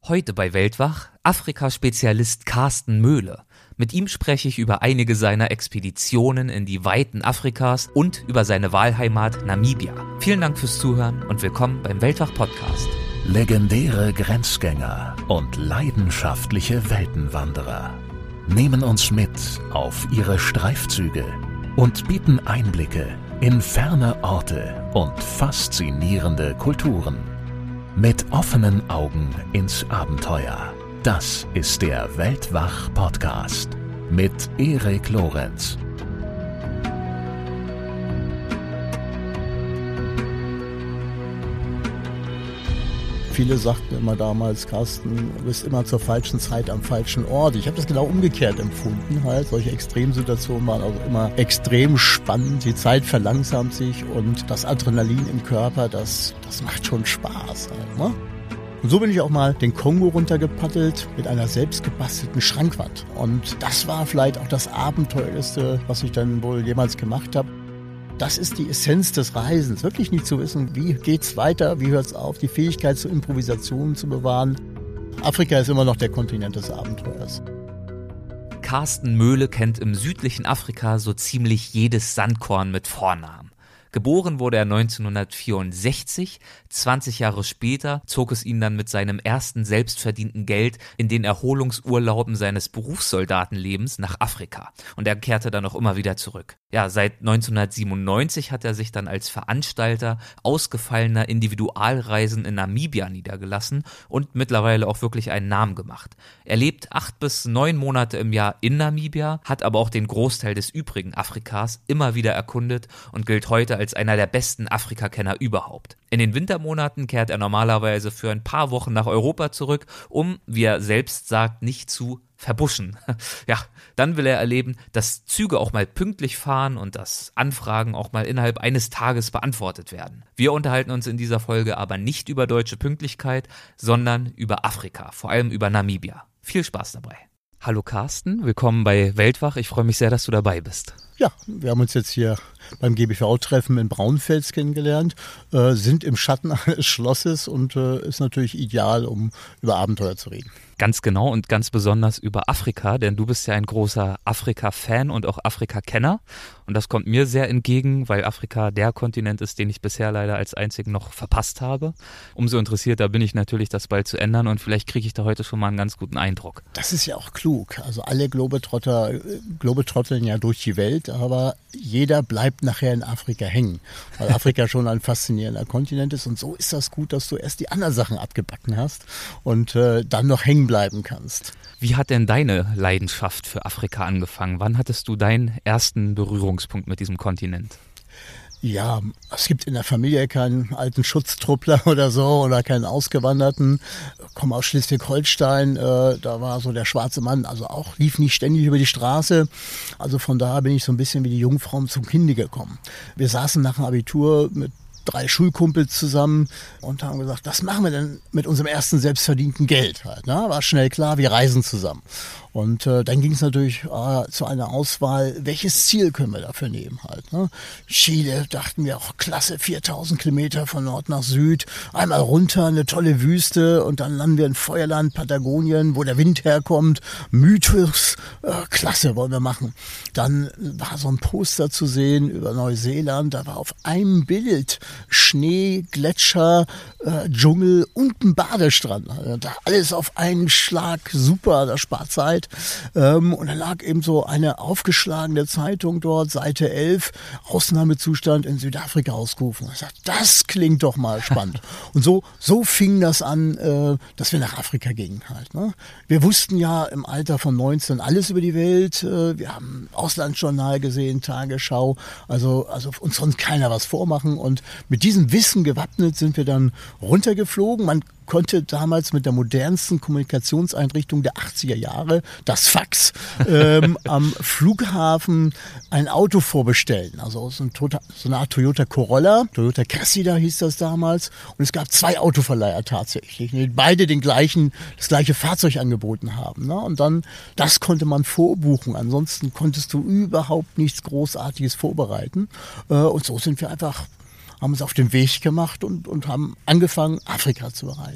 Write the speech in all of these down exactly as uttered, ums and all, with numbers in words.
Heute bei Weltwach Afrika-Spezialist Carsten Möhle. Mit ihm spreche ich über einige seiner Expeditionen in die Weiten Afrikas und über seine Wahlheimat Namibia. Vielen Dank fürs Zuhören und willkommen beim Weltwach-Podcast. Legendäre Grenzgänger und leidenschaftliche Weltenwanderer nehmen uns mit auf ihre Streifzüge und bieten Einblicke in ferne Orte und faszinierende Kulturen. Mit offenen Augen ins Abenteuer. Das ist der Weltwach-Podcast mit Erik Lorenz. Viele sagten immer damals, Carsten, du bist immer zur falschen Zeit am falschen Ort. Ich habe das genau umgekehrt empfunden. Halt. Solche Extremsituationen waren also immer extrem spannend. Die Zeit verlangsamt sich und das Adrenalin im Körper, das, das macht schon Spaß. Halt, ne? Und so bin ich auch mal den Kongo runtergepaddelt mit einer selbstgebastelten Schrankwand. Und das war vielleicht auch das Abenteuerlichste, was ich dann wohl jemals gemacht habe. Das ist die Essenz des Reisens, wirklich nicht zu wissen, wie geht's weiter, wie hört's auf, die Fähigkeit zur Improvisation zu bewahren. Afrika ist immer noch der Kontinent des Abenteuers. Carsten Möhle kennt im südlichen Afrika so ziemlich jedes Sandkorn mit Vornamen. Geboren wurde er neunzehnhundertvierundsechzig, zwanzig Jahre später zog es ihn dann mit seinem ersten selbstverdienten Geld in den Erholungsurlauben seines Berufssoldatenlebens nach Afrika. Und er kehrte dann auch immer wieder zurück. Ja, seit neunzehnhundertsiebenundneunzig hat er sich dann als Veranstalter ausgefallener Individualreisen in Namibia niedergelassen und mittlerweile auch wirklich einen Namen gemacht. Er lebt acht bis neun Monate im Jahr in Namibia, hat aber auch den Großteil des übrigen Afrikas immer wieder erkundet und gilt heute als einer der besten Afrikakenner überhaupt. In den Wintermonaten kehrt er normalerweise für ein paar Wochen nach Europa zurück, um, wie er selbst sagt, nicht zu verbuschen. Ja, dann will er erleben, dass Züge auch mal pünktlich fahren und dass Anfragen auch mal innerhalb eines Tages beantwortet werden. Wir unterhalten uns in dieser Folge aber nicht über deutsche Pünktlichkeit, sondern über Afrika, vor allem über Namibia. Viel Spaß dabei. Hallo Carsten, willkommen bei Weltwach. Ich freue mich sehr, dass du dabei bist. Ja, wir haben uns jetzt hier beim G B V treffen in Braunfels kennengelernt, äh, sind im Schatten eines Schlosses und äh, ist natürlich ideal, um über Abenteuer zu reden. Ganz genau und ganz besonders über Afrika, denn du bist ja ein großer Afrika-Fan und auch Afrika-Kenner. Und das kommt mir sehr entgegen, weil Afrika der Kontinent ist, den ich bisher leider als einzigen noch verpasst habe. Umso interessierter bin ich natürlich, das bald zu ändern und vielleicht kriege ich da heute schon mal einen ganz guten Eindruck. Das ist ja auch klug. Also alle Globetrotter globetrotteln ja durch die Welt, aber jeder bleibt nachher in Afrika hängen, weil Afrika schon ein faszinierender Kontinent ist. Und so ist das gut, dass du erst die anderen Sachen abgebacken hast und äh, dann noch hängen bleiben kannst. Wie hat denn deine Leidenschaft für Afrika angefangen? Wann hattest du deinen ersten Berührungspunkt mit diesem Kontinent? Ja, es gibt in der Familie keinen alten Schutztruppler oder so oder keinen Ausgewanderten. Ich komme aus Schleswig-Holstein, äh, da war so der schwarze Mann, also auch lief nicht ständig über die Straße. Also von daher bin ich so ein bisschen wie die Jungfrauen zum Kinde gekommen. Wir saßen nach dem Abitur mit drei Schulkumpels zusammen und haben gesagt, was machen wir denn mit unserem ersten selbstverdienten Geld? Halt, ne? War schnell klar, wir reisen zusammen. Und äh, dann ging es natürlich äh, zu einer Auswahl, welches Ziel können wir dafür nehmen halt. Ne? Chile, dachten wir, auch klasse, viertausend Kilometer von Nord nach Süd, einmal runter, eine tolle Wüste und dann landen wir in Feuerland, Patagonien, wo der Wind herkommt, Mythos, äh, klasse, wollen wir machen. Dann war so ein Poster zu sehen über Neuseeland, da war auf einem Bild Schnee, Gletscher, äh, Dschungel und ein Badestrand. Also da alles auf einen Schlag, super, das spart Zeit. Ähm, und dann lag eben so eine aufgeschlagene Zeitung dort, Seite elf, Ausnahmezustand in Südafrika ausgerufen. Ich sagte, das klingt doch mal spannend. Und so, so fing das an, äh, dass wir nach Afrika gingen halt. Ne? Wir wussten ja im Alter von neunzehn alles über die Welt. Äh, wir haben Auslandsjournal gesehen, Tagesschau. Also, also uns konnte keiner was vormachen. Und mit diesem Wissen gewappnet sind wir dann runtergeflogen. Man konnte damals mit der modernsten Kommunikationseinrichtung der achtziger Jahre, das Fax, ähm, am Flughafen ein Auto vorbestellen. Also so, ein Toyota, so eine Art Toyota Corolla, Toyota Cressida hieß das damals. Und es gab zwei Autoverleiher tatsächlich, die beide den gleichen, das gleiche Fahrzeug angeboten haben. Ne? Und dann, das konnte man vorbuchen. Ansonsten konntest du überhaupt nichts Großartiges vorbereiten. Äh, und so sind wir einfach haben uns auf den Weg gemacht und, und haben angefangen, Afrika zu bereisen.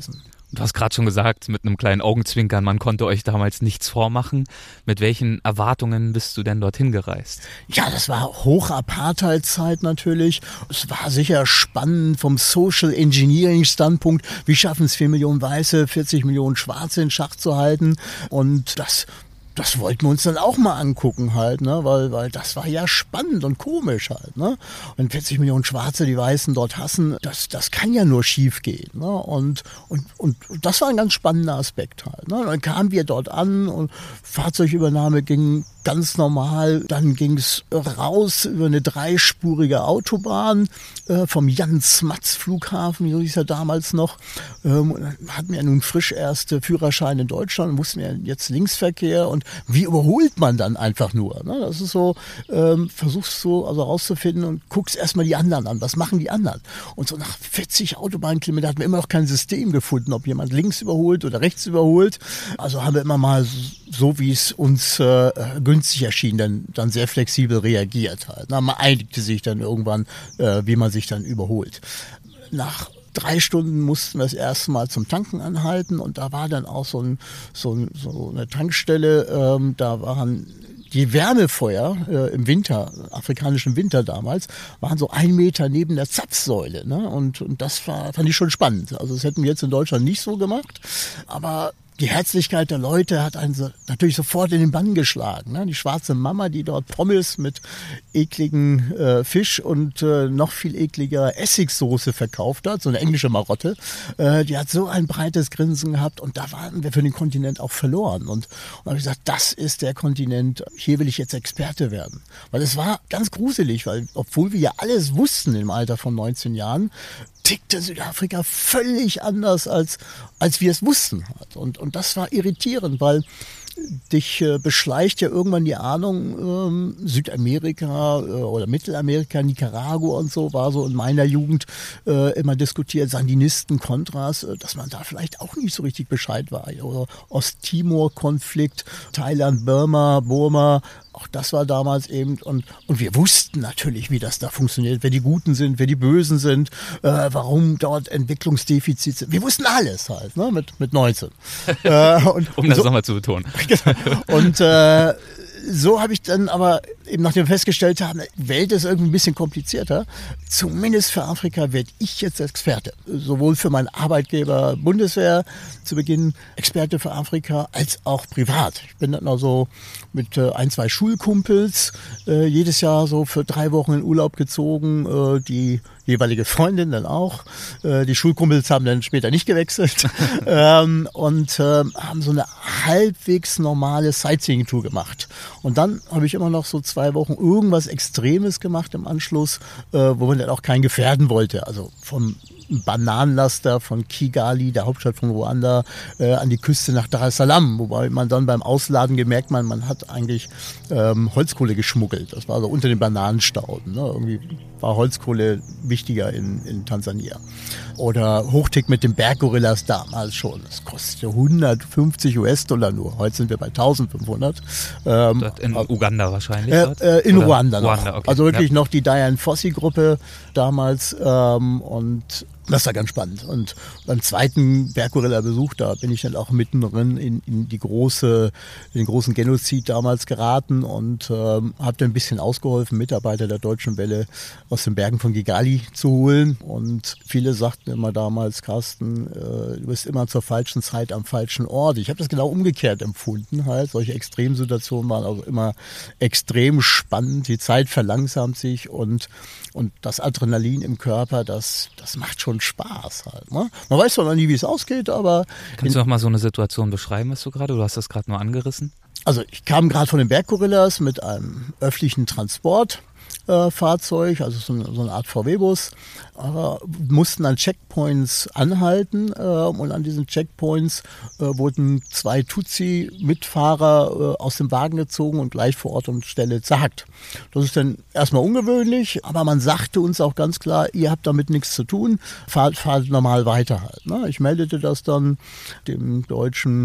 Du hast gerade schon gesagt, mit einem kleinen Augenzwinkern, man konnte euch damals nichts vormachen. Mit welchen Erwartungen bist du denn dorthin gereist? Ja, das war Hoch-Apartheid-Zeit natürlich. Es war sicher spannend vom Social Engineering-Standpunkt. Wie schaffen es vier Millionen Weiße, vierzig Millionen Schwarze in Schach zu halten? Und das Das wollten wir uns dann auch mal angucken halt, ne, weil, weil das war ja spannend und komisch halt, ne. Und vierzig Millionen Schwarze, die Weißen dort hassen, das, das kann ja nur schief gehen, ne. Und, und, und das war ein ganz spannender Aspekt halt, ne. Und dann kamen wir dort an und Fahrzeugübernahme ging ganz normal. Dann ging es raus über eine dreispurige Autobahn äh, vom Jan-Smatz-Flughafen, so hieß er damals noch. Ähm, hatten wir nun frisch erste Führerschein in Deutschland und wussten wir jetzt Linksverkehr. Und wie überholt man dann einfach nur? Ne? Das ist so, ähm, versuchst so also rauszufinden und guckst erstmal die anderen an. Was machen die anderen? Und so nach vierzig Autobahnkilometern hatten wir immer noch kein System gefunden, ob jemand links überholt oder rechts überholt. Also haben wir immer mal so, wie es uns äh, günstig erschien, dann, dann sehr flexibel reagiert halt. Na, man einigte sich dann irgendwann, äh, wie man sich dann überholt. Nach drei Stunden mussten wir das erste Mal zum Tanken anhalten und da war dann auch so, ein, so, ein, so eine Tankstelle, ähm, da waren die Wärmefeuer äh, im Winter, afrikanischen Winter damals, waren so ein Meter neben der Zapfsäule. Ne? Und, und das war, fand ich schon spannend. Also das hätten wir jetzt in Deutschland nicht so gemacht, aber die Herzlichkeit der Leute hat einen so, natürlich sofort in den Bann geschlagen. Ne? Die schwarze Mama, die dort Pommes mit ekligen äh, Fisch und äh, noch viel ekliger Essigsoße verkauft hat, so eine englische Marotte, äh, die hat so ein breites Grinsen gehabt und da waren wir für den Kontinent auch verloren. Und, und habe ich gesagt, das ist der Kontinent, hier will ich jetzt Experte werden. Weil es war ganz gruselig, weil obwohl wir ja alles wussten im Alter von neunzehn Jahren, tickte Südafrika völlig anders, als, als wir es wussten. Und, und das war irritierend, weil dich äh, beschleicht ja irgendwann die Ahnung, ähm, Südamerika äh, oder Mittelamerika, Nicaragua und so, war so in meiner Jugend äh, immer diskutiert, Sandinisten, Contras, äh, dass man da vielleicht auch nicht so richtig Bescheid war. Oder Osttimor-Konflikt, Thailand, Burma, Burma, auch das war damals eben, und, und wir wussten natürlich, wie das da funktioniert, wer die Guten sind, wer die Bösen sind, äh, warum dort Entwicklungsdefizite sind. Wir wussten alles halt, ne, mit, mit neunzehn. äh, und, um das so, nochmal zu betonen. Und äh, so habe ich dann aber eben nachdem wir festgestellt haben, die Welt ist irgendwie ein bisschen komplizierter. Zumindest für Afrika werde ich jetzt Experte. Sowohl für meinen Arbeitgeber Bundeswehr zu Beginn Experte für Afrika, als auch privat. Ich bin dann also mit äh, ein, zwei Schulkumpels äh, jedes Jahr so für drei Wochen in Urlaub gezogen. Äh, die jeweilige Freundin dann auch. Äh, die Schulkumpels haben dann später nicht gewechselt. ähm, und äh, haben so eine halbwegs normale Sightseeing-Tour gemacht. Und dann habe ich immer noch so zwei Wochen irgendwas Extremes gemacht im Anschluss, äh, wo man dann auch keinen gefährden wollte. Also vom Bananenlaster von Kigali, der Hauptstadt von Ruanda, äh, an die Küste nach Dar es Salaam, wobei man dann beim Ausladen gemerkt man, man hat eigentlich ähm, Holzkohle geschmuggelt. Das war so unter den Bananenstauden. Ne? Irgendwie war Holzkohle wichtiger in, in Tansania. Oder Hochtick mit den Berggorillas damals schon. Das kostete hundertfünfzig US-Dollar nur. Heute sind wir bei eintausendfünfhundert. Ähm, in Uganda wahrscheinlich? Äh, äh, in Oder? Ruanda noch. Ruanda, okay. Also wirklich ja. noch die Dian Fossey-Gruppe damals. Ähm, und das war ganz spannend. Und beim zweiten Berggorilla-Besuch, da bin ich dann auch mittendrin in, in die große, in den großen Genozid damals geraten und ähm, habe dann ein bisschen ausgeholfen, Mitarbeiter der Deutschen Welle aus den Bergen von Kigali zu holen. Und viele sagten immer damals, Carsten, äh, du bist immer zur falschen Zeit am falschen Ort. Ich habe das genau umgekehrt empfunden. Halt. Solche Extremsituationen waren also immer extrem spannend. Die Zeit verlangsamt sich und, und das Adrenalin im Körper, das, das macht schon Spaß halt. Ne? Man weiß zwar noch nie, wie es ausgeht, aber... Kannst du noch mal so eine Situation beschreiben, was du gerade, du hast das gerade nur angerissen? Also ich kam gerade von den Berggorillas mit einem öffentlichen Transportfahrzeug, äh, also so eine, so eine Art V W-Bus, aber mussten an Checkpoints anhalten äh, und an diesen Checkpoints äh, wurden zwei Tutsi-Mitfahrer äh, aus dem Wagen gezogen und gleich vor Ort und Stelle zerhackt. Das ist dann erstmal ungewöhnlich, aber man sagte uns auch ganz klar, ihr habt damit nichts zu tun, fahrt, fahrt normal weiter halt. Ne? Ich meldete das dann dem deutschen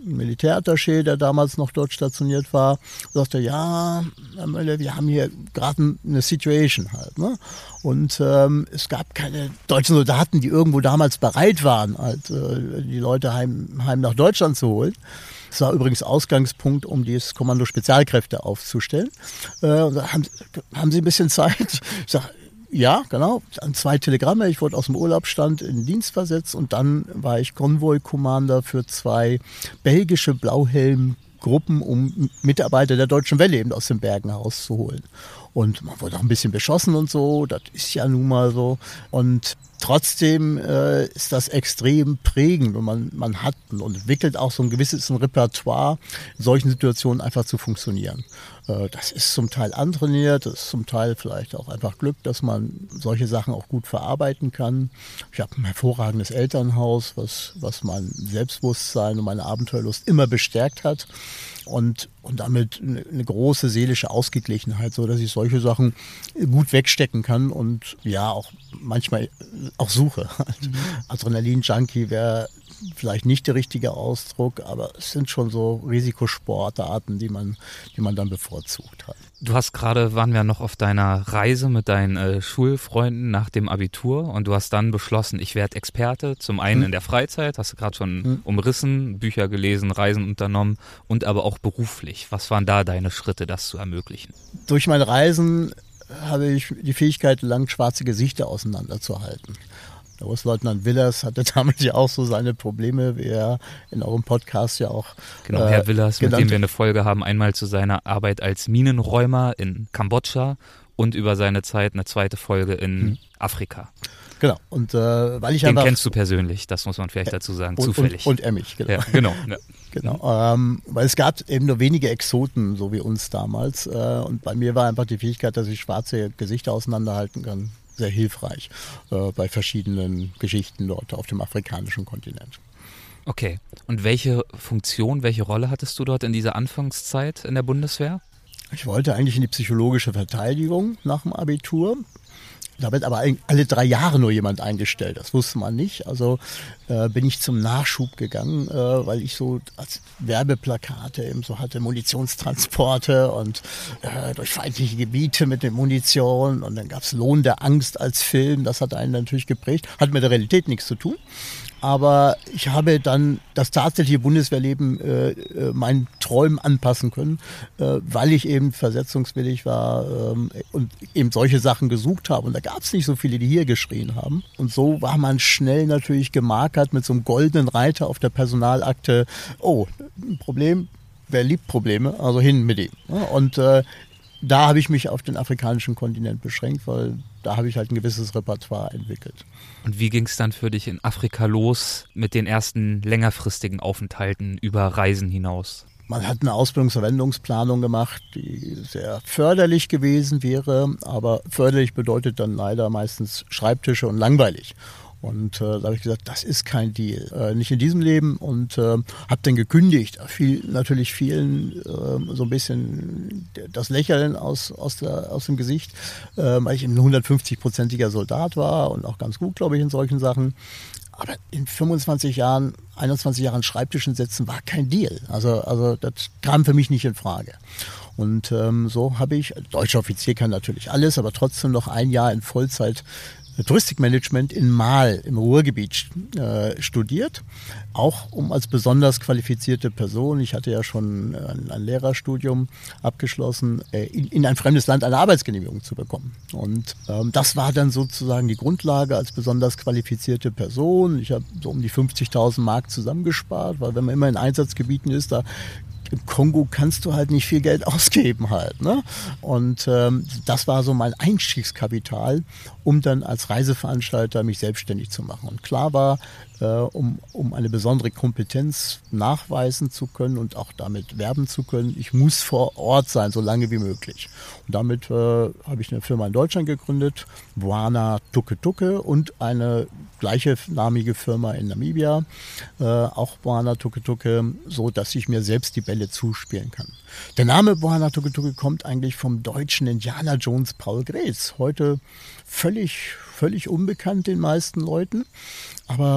ein Militärattaché, der damals noch dort stationiert war, und sagte, ja, Herr Möller, wir haben hier gerade eine Situation halt. Ne? Und ähm, es gab keine deutschen Soldaten, die irgendwo damals bereit waren, halt, äh, die Leute heim, heim nach Deutschland zu holen. Das war übrigens Ausgangspunkt, um dieses Kommando Spezialkräfte aufzustellen. Äh, und da haben, haben Sie ein bisschen Zeit? Ich sage, ja, genau. An zwei Telegramme. Ich wurde aus dem Urlaubsstand in den Dienst versetzt und dann war ich Konvoi-Commander für zwei belgische Blauhelm-Gruppen, um Mitarbeiter der Deutschen Welle eben aus den Bergen rauszuholen. Und man wurde auch ein bisschen beschossen und so, das ist ja nun mal so. Und trotzdem äh, ist das extrem prägend und man, man hat und entwickelt auch so ein gewisses Repertoire, in solchen Situationen einfach zu funktionieren. Äh, das ist zum Teil antrainiert, das ist zum Teil vielleicht auch einfach Glück, dass man solche Sachen auch gut verarbeiten kann. Ich habe ein hervorragendes Elternhaus, was, was mein Selbstbewusstsein und meine Abenteuerlust immer bestärkt hat. Und, und damit eine, eine große seelische Ausgeglichenheit, so dass ich solche Sachen gut wegstecken kann und ja auch manchmal auch suche. Mhm. Adrenalin-Junkie wäre vielleicht nicht der richtige Ausdruck, aber es sind schon so Risikosportarten, die man, die man dann bevorzugt hat. Du hast gerade, waren wir noch auf deiner Reise mit deinen äh, Schulfreunden nach dem Abitur und du hast dann beschlossen, ich werde Experte, zum einen hm. in der Freizeit, hast du gerade schon hm. umrissen, Bücher gelesen, Reisen unternommen und aber auch beruflich. Was waren da deine Schritte, das zu ermöglichen? Durch meine Reisen habe ich die Fähigkeit, lang schwarze Gesichter auseinanderzuhalten. Der Oberstleutnant Willers hatte damit ja auch so seine Probleme, wie er in eurem Podcast ja auch Genau, äh, Herr Willers, mit dem wir eine Folge haben, einmal zu seiner Arbeit als Minenräumer in Kambodscha und über seine Zeit eine zweite Folge in hm. Afrika. Genau, und äh, weil ich Den einfach... Den kennst du persönlich, das muss man vielleicht dazu sagen, und, zufällig. Und, und er mich, genau. Ja, genau. Ja. Genau, ähm, weil es gab eben nur wenige Exoten, so wie uns damals. Äh, und bei mir war einfach die Fähigkeit, dass ich schwarze Gesichter auseinanderhalten kann, sehr hilfreich äh, bei verschiedenen Geschichten dort auf dem afrikanischen Kontinent. Okay, und welche Funktion, welche Rolle hattest du dort in dieser Anfangszeit in der Bundeswehr? Ich wollte eigentlich in die psychologische Verteidigung nach dem Abitur. Da wird aber alle drei Jahre nur jemand eingestellt, das wusste man nicht. Also äh, bin ich zum Nachschub gegangen, äh, weil ich so als Werbeplakate eben so hatte, Munitionstransporte und äh, durch feindliche Gebiete mit der Munition. Und dann gab's Lohn der Angst als Film, das hat einen natürlich geprägt, hat mit der Realität nichts zu tun. Aber ich habe dann das tatsächliche Bundeswehrleben äh, äh, meinen Träumen anpassen können, äh, weil ich eben versetzungswillig war ähm, und eben solche Sachen gesucht habe. Und da gab es nicht so viele, die hier geschrien haben. Und so war man schnell natürlich gemarkert mit so einem goldenen Reiter auf der Personalakte. Oh, ein Problem, wer liebt Probleme? Also hin mit ihm. Und äh, da habe ich mich auf den afrikanischen Kontinent beschränkt, weil da habe ich halt ein gewisses Repertoire entwickelt. Und wie ging es dann für dich in Afrika los mit den ersten längerfristigen Aufenthalten über Reisen hinaus? Man hat eine Ausbildungsverwendungsplanung gemacht, die sehr förderlich gewesen wäre, aber förderlich bedeutet dann leider meistens Schreibtische und langweilig. Und äh, da habe ich gesagt, das ist kein Deal, äh, nicht in diesem Leben und äh, habe dann gekündigt. Fiel natürlich vielen äh, so ein bisschen das Lächeln aus, aus, der, aus dem Gesicht, äh, weil ich ein hundertfünfzig-prozentiger Soldat war und auch ganz gut, glaube ich, in solchen Sachen. Aber in fünfundzwanzig Jahren, einundzwanzig Jahren Schreibtischen setzen war kein Deal. Also, also das kam für mich nicht in Frage. Und ähm, so habe ich, deutscher Offizier kann natürlich alles, aber trotzdem noch ein Jahr in Vollzeit Touristikmanagement in Mahl im Ruhrgebiet äh, studiert, auch um als besonders qualifizierte Person, ich hatte ja schon ein, ein Lehrerstudium abgeschlossen, äh, in, in ein fremdes Land eine Arbeitsgenehmigung zu bekommen. Und ähm, das war dann sozusagen die Grundlage als besonders qualifizierte Person. Ich habe so um die fünfzigtausend Mark zusammengespart, weil wenn man immer in Einsatzgebieten ist, da im Kongo kannst du halt nicht viel Geld ausgeben halt, ne? Und ähm, das war so mein Einstiegskapital, um dann als Reiseveranstalter mich selbstständig zu machen. Und klar war, äh, um, um eine besondere Kompetenz nachweisen zu können und auch damit werben zu können, ich muss vor Ort sein, so lange wie möglich. Und damit äh, habe ich eine Firma in Deutschland gegründet, Bwana Tuke Tuke, und eine gleiche namige Firma in Namibia, äh, auch Bwana Tuke Tuke, so dass ich mir selbst die Bälle zuspielen kann. Der Name Bwana Tuke Tuke kommt eigentlich vom deutschen Indiana Jones Paul Grace. Heute völlig, völlig unbekannt den meisten Leuten, aber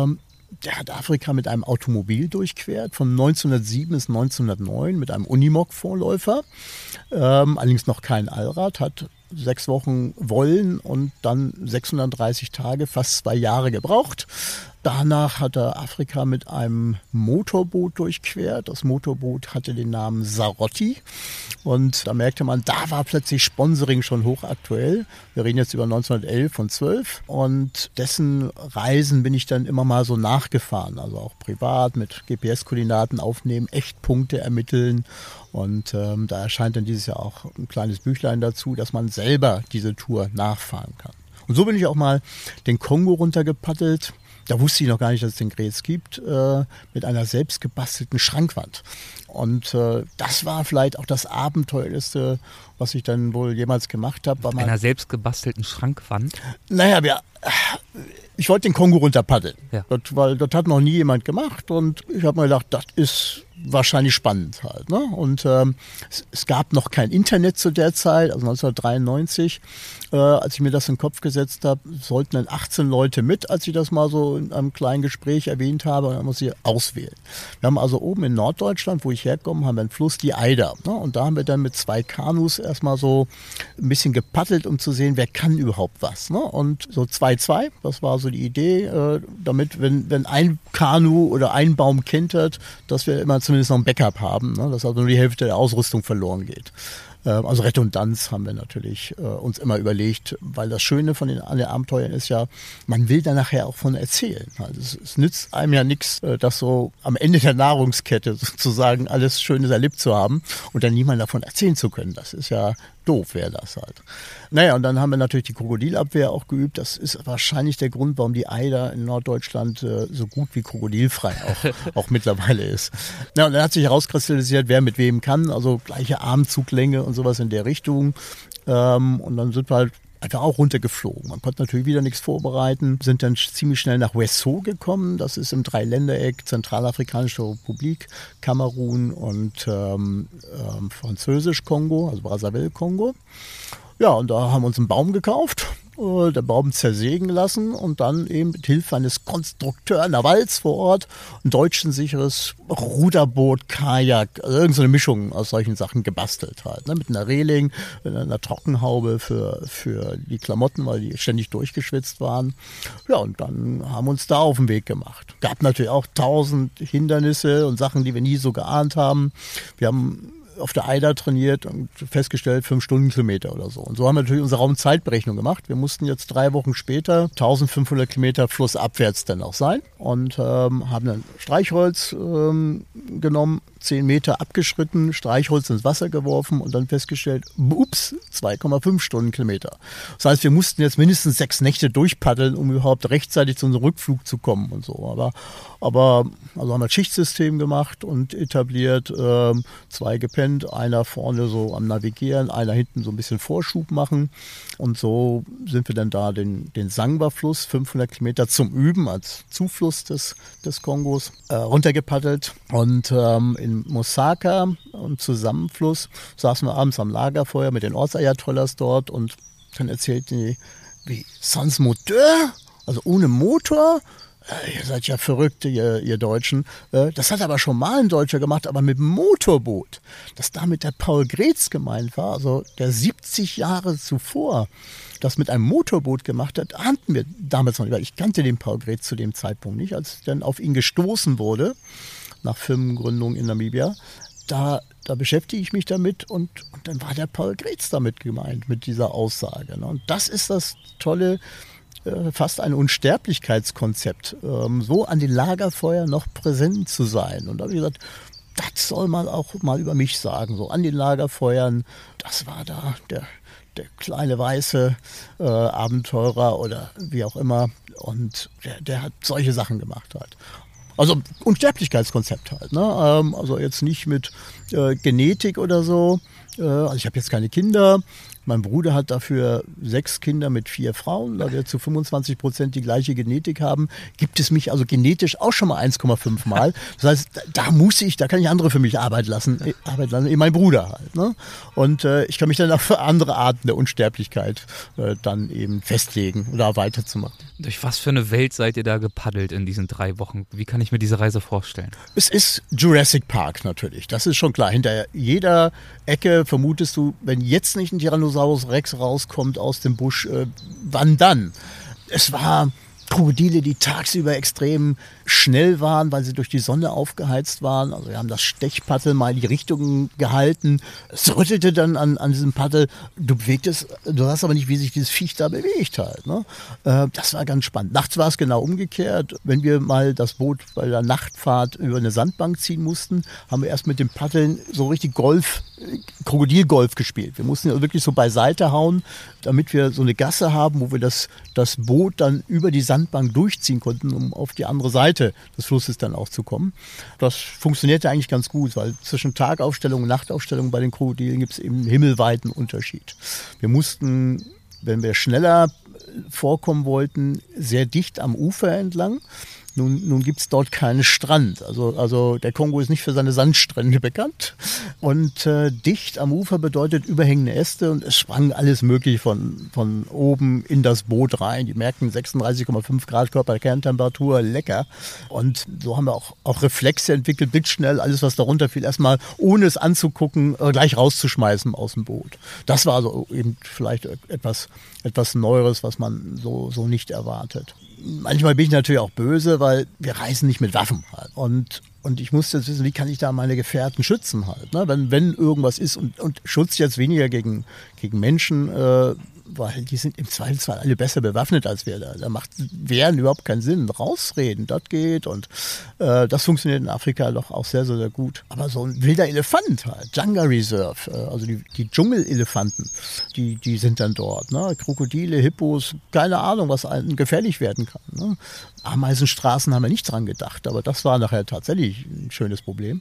der hat Afrika mit einem Automobil durchquert, von neunzehnhundertsieben bis neunzehnhundertneun mit einem Unimog-Vorläufer. Ähm, allerdings noch kein Allrad, hat sechs Wochen wollen und dann sechshundertdreißig Tage, fast zwei Jahre gebraucht. Danach hat er Afrika mit einem Motorboot durchquert. Das Motorboot hatte den Namen Sarotti. Und da merkte man, da war plötzlich Sponsoring schon hochaktuell. Wir reden jetzt über neunzehnhundertelf und zwölf. Und dessen Reisen bin ich dann immer mal so nachgefahren. Also auch privat mit G P S-Koordinaten aufnehmen, Echtpunkte ermitteln. Und ähm, da erscheint dann dieses Jahr auch ein kleines Büchlein dazu, dass man selber diese Tour nachfahren kann. Und so bin ich auch mal den Kongo runtergepaddelt. Da wusste ich noch gar nicht, dass es den Grätz gibt, äh, mit einer selbst gebastelten Schrankwand. Und äh, das war vielleicht auch das Abenteuerlichste, was ich dann wohl jemals gemacht habe. Mit einer selbst gebastelten Schrankwand? Naja, wir, ich wollte den Kongo runterpaddeln, ja. das, weil das hat noch nie jemand gemacht. Und ich habe mir gedacht, das ist wahrscheinlich spannend halt. Ne? Und ähm, es, es gab noch kein Internet zu der Zeit, also neunzehnhundertdreiundneunzig, äh, als ich mir das in den Kopf gesetzt habe, sollten dann achtzehn Leute mit, als ich das mal so in einem kleinen Gespräch erwähnt habe, und dann muss ich auswählen. Wir haben also oben in Norddeutschland, wo ich herkomme, haben wir einen Fluss, die Eider. Ne? Und da haben wir dann mit zwei Kanus erstmal so ein bisschen gepaddelt, um zu sehen, wer kann überhaupt was. Ne? Und so zwei zwei, das war so die Idee, äh, damit, wenn, wenn ein Kanu oder ein Baum kentert, dass wir immer zumindest noch ein Backup haben, ne? Dass also nur die Hälfte der Ausrüstung verloren geht. Also Redundanz haben wir natürlich äh, uns immer überlegt, weil das Schöne von den, an den Abenteuern ist ja, man will da nachher auch von erzählen. Also es, es nützt einem ja nichts, äh, das so am Ende der Nahrungskette sozusagen alles Schönes erlebt zu haben und dann niemand davon erzählen zu können. Das ist ja doof, wäre das halt. Naja, und dann haben wir natürlich die Krokodilabwehr auch geübt. Das ist wahrscheinlich der Grund, warum die Eider in Norddeutschland äh, so gut wie krokodilfrei auch, auch mittlerweile ist. Na, und dann hat sich herauskristallisiert, wer mit wem kann, also gleiche Armzuglänge und sowas in der Richtung. Ähm, und dann sind wir halt einfach auch runtergeflogen. Man konnte natürlich wieder nichts vorbereiten, sind dann ziemlich schnell nach Wesso gekommen. Das ist im Dreiländereck Zentralafrikanische Republik, Kamerun und ähm, ähm, Französisch-Kongo, also Brazzaville-Kongo. Ja, und da haben wir uns einen Baum gekauft, äh, der Baum zersägen lassen und dann eben mit Hilfe eines Konstrukteurs Navals vor Ort ein deutschensicheres Ruderboot, Kajak, also irgendeine so Mischung aus solchen Sachen gebastelt halt. Ne? Mit einer Reling, mit einer Trockenhaube für, für die Klamotten, weil die ständig durchgeschwitzt waren. Ja, und dann haben wir uns da auf den Weg gemacht. Gab natürlich auch tausend Hindernisse und Sachen, die wir nie so geahnt haben. Wir haben auf der Eider trainiert und festgestellt, fünf Stundenkilometer oder so. Und so haben wir natürlich unsere Raumzeitberechnung gemacht. Wir mussten jetzt drei Wochen später eintausendfünfhundert Kilometer flussabwärts dann auch sein und ähm, haben dann Streichholz ähm, genommen, zehn Meter abgeschritten, Streichholz ins Wasser geworfen und dann festgestellt, ups, zwei Komma fünf Stundenkilometer. Das heißt, wir mussten jetzt mindestens sechs Nächte durchpaddeln, um überhaupt rechtzeitig zu unserem Rückflug zu kommen und so. Aber, aber also haben wir ein Schichtsystem gemacht und etabliert, ähm, zwei gepennt, einer vorne so am Navigieren, einer hinten so ein bisschen Vorschub machen. Und so sind wir dann da den, den Sangwa-Fluss, fünfhundert Kilometer zum Üben als Zufluss des, des Kongos, äh, runtergepaddelt. Und ähm, in Mosaka, im Zusammenfluss, saßen wir abends am Lagerfeuer mit den Ortsayatollahs dort und dann erzählten die, wie, sans moteur? Also ohne Motor? Ihr seid ja verrückt, ihr, ihr Deutschen. Das hat aber schon mal ein Deutscher gemacht, aber mit dem Motorboot. Dass damit der Paul Grätz gemeint war, also der siebzig Jahre zuvor das mit einem Motorboot gemacht hat, ahnten wir damals noch nicht, weil ich kannte den Paul Grätz zu dem Zeitpunkt nicht. Als dann auf ihn gestoßen wurde, nach Firmengründung in Namibia, da, da beschäftige ich mich damit und, und dann war der Paul Grätz damit gemeint, mit dieser Aussage. Und das ist das Tolle, fast ein Unsterblichkeitskonzept, so an den Lagerfeuern noch präsent zu sein. Und da habe ich gesagt, das soll man auch mal über mich sagen, so an den Lagerfeuern, das war da der, der kleine weiße äh, Abenteurer oder wie auch immer und der, der hat solche Sachen gemacht halt. Also Unsterblichkeitskonzept halt, ne? Also jetzt nicht mit äh, Genetik oder so, äh, also ich habe jetzt keine Kinder, Mein Bruder hat dafür sechs Kinder mit vier Frauen, da wir zu fünfundzwanzig Prozent die gleiche Genetik haben, gibt es mich also genetisch auch schon mal eins Komma fünf Mal. Das heißt, da muss ich, da kann ich andere für mich Arbeit lassen, Arbeit lassen, mein Bruder halt. Ne? Und äh, ich kann mich dann auch für andere Arten der Unsterblichkeit äh, dann eben festlegen oder weiterzumachen. Durch was für eine Welt seid ihr da gepaddelt in diesen drei Wochen? Wie kann ich mir diese Reise vorstellen? Es ist Jurassic Park natürlich, das ist schon klar. Hinter jeder Ecke vermutest du, wenn jetzt nicht ein Tyrannosaurus Rex rauskommt aus dem Busch, äh, wann dann? Es war Krokodile, die tagsüber extrem schnell waren, weil sie durch die Sonne aufgeheizt waren. Also wir haben das Stechpaddel mal in die Richtung gehalten. Es rüttelte dann an, an diesem Paddel. Du bewegtest, du hast aber nicht, wie sich dieses Viech da bewegt halt. Ne? Äh, das war ganz spannend. Nachts war es genau umgekehrt. Wenn wir mal das Boot bei der Nachtfahrt über eine Sandbank ziehen mussten, haben wir erst mit den Paddeln so richtig Golf, Krokodilgolf gespielt. Wir mussten also wirklich so beiseite hauen, damit wir so eine Gasse haben, wo wir das, das Boot dann über die Sandbank durchziehen konnten, um auf die andere Seite des Flusses dann auch zu kommen. Das funktionierte eigentlich ganz gut, weil zwischen Tagaufstellung und Nachtaufstellung bei den Krokodilen gibt es eben einen himmelweiten Unterschied. Wir mussten, wenn wir schneller vorkommen wollten, sehr dicht am Ufer entlang. Nun, nun gibt es dort keinen Strand. Also, also der Kongo ist nicht für seine Sandstrände bekannt. Und äh, dicht am Ufer bedeutet überhängende Äste und es sprang alles möglich von, von oben in das Boot rein. Die merkten sechsunddreißig Komma fünf Grad Körperkerntemperatur, lecker. Und so haben wir auch, auch Reflexe entwickelt, blitzschnell alles, was darunter fiel, erstmal ohne es anzugucken, äh, gleich rauszuschmeißen aus dem Boot. Das war also eben vielleicht etwas, etwas Neueres, was man so, so nicht erwartet. Manchmal bin ich natürlich auch böse, weil wir reisen nicht mit Waffen halt. Und, und ich musste jetzt wissen, wie kann ich da meine Gefährten schützen halt. Ne? Wenn, wenn irgendwas ist und, und Schutz jetzt weniger gegen, gegen Menschen, äh, weil die sind im Zweifelsfall alle besser bewaffnet als wir. Da, da macht Wehren überhaupt keinen Sinn. Rausreden, das geht und äh, das funktioniert in Afrika doch auch sehr, sehr, sehr gut. Aber so ein wilder Elefant halt, Janga Reserve, äh, also die, die Dschungelelefanten, die, die sind dann dort. Ne? Krokodile, Hippos, keine Ahnung, was einem gefährlich werden kann. Ne? Ameisenstraßen haben wir nicht dran gedacht, aber das war nachher tatsächlich ein schönes Problem.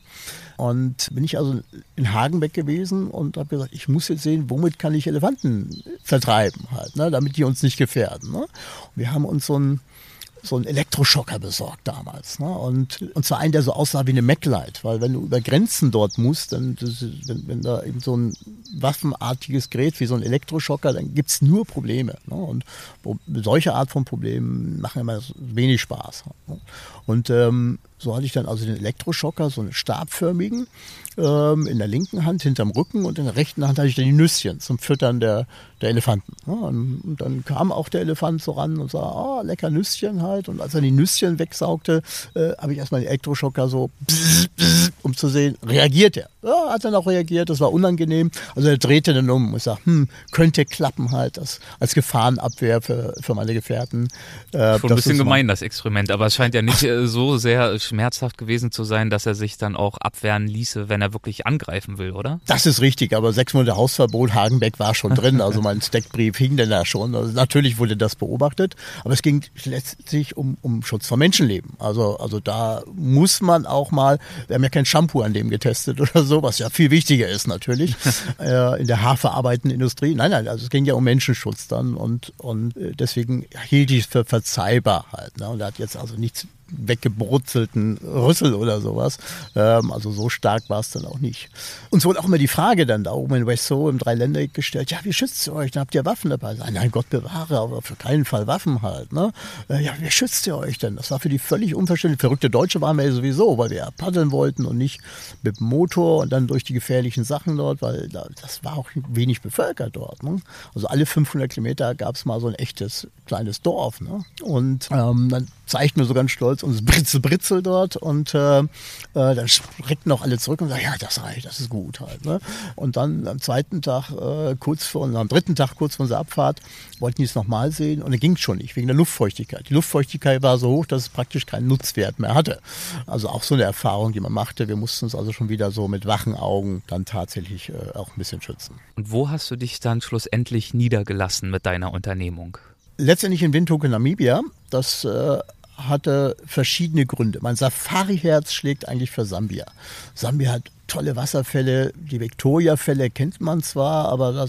Und bin ich also in Hagenbeck gewesen und habe gesagt, ich muss jetzt sehen, womit kann ich Elefanten vertreiben halt, ne, damit die uns nicht gefährden. Ne? Und wir haben uns so einen so einen Elektroschocker besorgt damals. Ne? Und, und zwar einen, der so aussah wie eine Maglite, weil wenn du über Grenzen dort musst, dann, das, wenn, wenn da eben so ein waffenartiges Gerät wie so ein Elektroschocker, dann gibt es nur Probleme. Ne? Und solche Art von Problemen machen immer wenig Spaß. Ne? Und ähm, so hatte ich dann also den Elektroschocker, so einen stabförmigen, ähm, in der linken Hand hinterm Rücken und in der rechten Hand hatte ich dann die Nüsschen zum Füttern der, der Elefanten. Ja, und, und dann kam auch der Elefant so ran und sagte, ah, lecker Nüsschen halt. Und als er die Nüsschen wegsaugte, äh, habe ich erstmal den Elektroschocker so, bzz, bzz, um zu sehen, reagiert er. Ja, hat dann auch reagiert, das war unangenehm. Also er drehte dann um und sagte, hm, könnte klappen halt, das, als Gefahrenabwehr für, für meine Gefährten. Äh, Schon ein bisschen gemein, das Experiment, aber es scheint ja nicht äh, so sehr schmerzhaft gewesen zu sein, dass er sich dann auch abwehren ließe, wenn er wirklich angreifen will, oder? Das ist richtig, aber sechs Monate Hausverbot, Hagenbeck war schon drin, also mein Steckbrief hing denn da schon. Also natürlich wurde das beobachtet, aber es ging letztlich um, um Schutz von Menschenleben. Also, also da muss man auch mal, wir haben ja kein Shampoo an dem getestet oder so, was ja viel wichtiger ist natürlich, äh, in der haarverarbeitenden Industrie. Nein, nein, also es ging ja um Menschenschutz dann und, und deswegen hielt ich es für verzeihbar halt. Ne? Und er hat jetzt also nichts weggebrutzelten Rüssel oder sowas. Ähm, also so stark war es dann auch nicht. Uns wurde auch immer die Frage dann da oben in Westso im Dreiländereck gestellt, ja, wie schützt ihr euch? Dann habt ihr Waffen dabei. Nein, Gott bewahre, aber für keinen Fall Waffen halt. Ne? Äh, ja, wie schützt ihr euch denn? Das war für die völlig unverständlich. Verrückte Deutsche waren wir ja sowieso, weil wir ja paddeln wollten und nicht mit dem Motor und dann durch die gefährlichen Sachen dort, weil da, das war auch wenig bevölkert dort. Ne? Also alle fünfhundert Kilometer gab es mal so ein echtes kleines Dorf. Ne? Und ähm, dann zeigten wir so ganz stolz uns Britzel, Britzel dort und äh, äh, dann schreckten auch alle zurück und sagten, ja, das reicht, das ist gut halt. Ne? Und dann am zweiten Tag, äh, kurz vor, am dritten Tag, kurz vor unserer Abfahrt, wollten die es nochmal sehen und dann ging es schon nicht, wegen der Luftfeuchtigkeit. Die Luftfeuchtigkeit war so hoch, dass es praktisch keinen Nutzwert mehr hatte. Also auch so eine Erfahrung, die man machte. Wir mussten uns also schon wieder so mit wachen Augen dann tatsächlich äh, auch ein bisschen schützen. Und wo hast du dich dann schlussendlich niedergelassen mit deiner Unternehmung? Letztendlich in Windhoek in Namibia. Das äh, hatte verschiedene Gründe. Mein Safari-Herz schlägt eigentlich für Sambia. Sambia hat tolle Wasserfälle. Die Victoria-Fälle kennt man zwar, aber da sind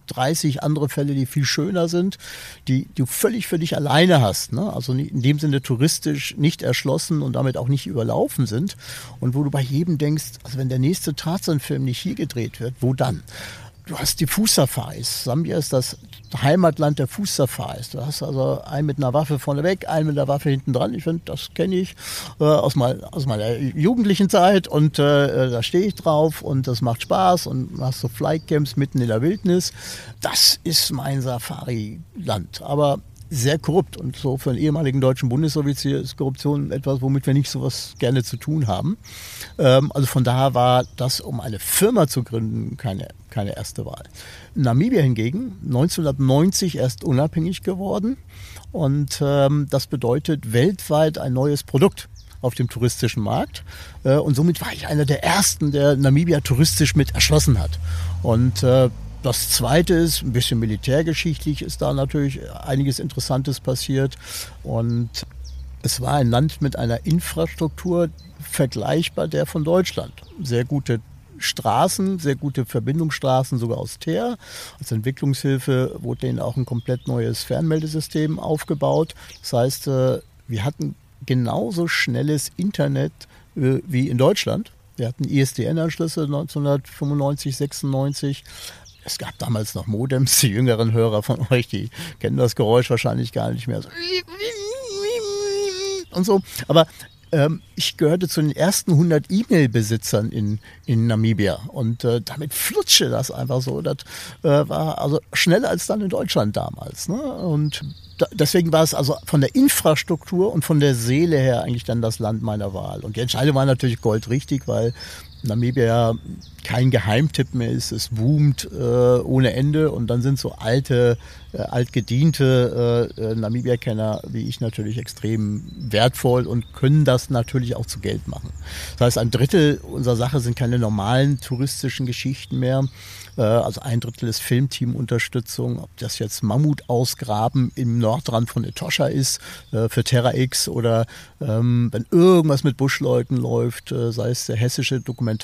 dreißig andere Fälle, die viel schöner sind, die du völlig für dich alleine hast, ne? Also in dem Sinne touristisch nicht erschlossen und damit auch nicht überlaufen sind und wo du bei jedem denkst, also wenn der nächste Tarzan-Film nicht hier gedreht wird, wo dann? Du hast die Fußsafaris. Sambia ist das Heimatland der Fußsafaris. Du hast also einen mit einer Waffe vorne weg, einen mit einer Waffe hinten dran. Ich finde, das kenne ich äh, aus, mein, aus meiner jugendlichen Zeit und äh, da stehe ich drauf und das macht Spaß und du hast so Flycamps mitten in der Wildnis. Das ist mein Safari-Land. Aber sehr korrupt und so für einen ehemaligen deutschen Bundesoffizier ist Korruption etwas, womit wir nicht sowas gerne zu tun haben. Ähm, also von daher war das, um eine Firma zu gründen, keine, keine erste Wahl. Namibia hingegen, neunzehnhundertneunzig erst unabhängig geworden und ähm, das bedeutet weltweit ein neues Produkt auf dem touristischen Markt äh, und somit war ich einer der ersten, der Namibia touristisch mit erschlossen hat und äh, das Zweite ist, ein bisschen militärgeschichtlich ist da natürlich einiges Interessantes passiert und es war ein Land mit einer Infrastruktur vergleichbar der von Deutschland. Sehr gute Straßen, sehr gute Verbindungsstraßen, sogar aus Teer. Als Entwicklungshilfe wurde denen auch ein komplett neues Fernmeldesystem aufgebaut. Das heißt, wir hatten genauso schnelles Internet wie in Deutschland. Wir hatten I S D N-Anschlüsse neunzehnhundertfünfundneunzig, sechsundneunzig. Es gab damals noch Modems, die jüngeren Hörer von euch, die kennen das Geräusch wahrscheinlich gar nicht mehr. So und so. Aber ähm, ich gehörte zu den ersten hundert E-Mail-Besitzern in, in Namibia. Und äh, damit flutschte das einfach so. Das äh, war also schneller als dann in Deutschland damals. Ne? Und da, deswegen war es also von der Infrastruktur und von der Seele her eigentlich dann das Land meiner Wahl. Und die Entscheidung war natürlich goldrichtig, weil Namibia kein Geheimtipp mehr ist, es boomt äh, ohne Ende und dann sind so alte, äh, altgediente äh, Namibia-Kenner wie ich natürlich extrem wertvoll und können das natürlich auch zu Geld machen. Das heißt, ein Drittel unserer Sache sind keine normalen touristischen Geschichten mehr, äh, also ein Drittel ist Filmteam-Unterstützung, ob das jetzt Mammut ausgraben im Nordrand von Etosha ist äh, für Terra X oder ähm, wenn irgendwas mit Buschleuten läuft, äh, sei es der hessische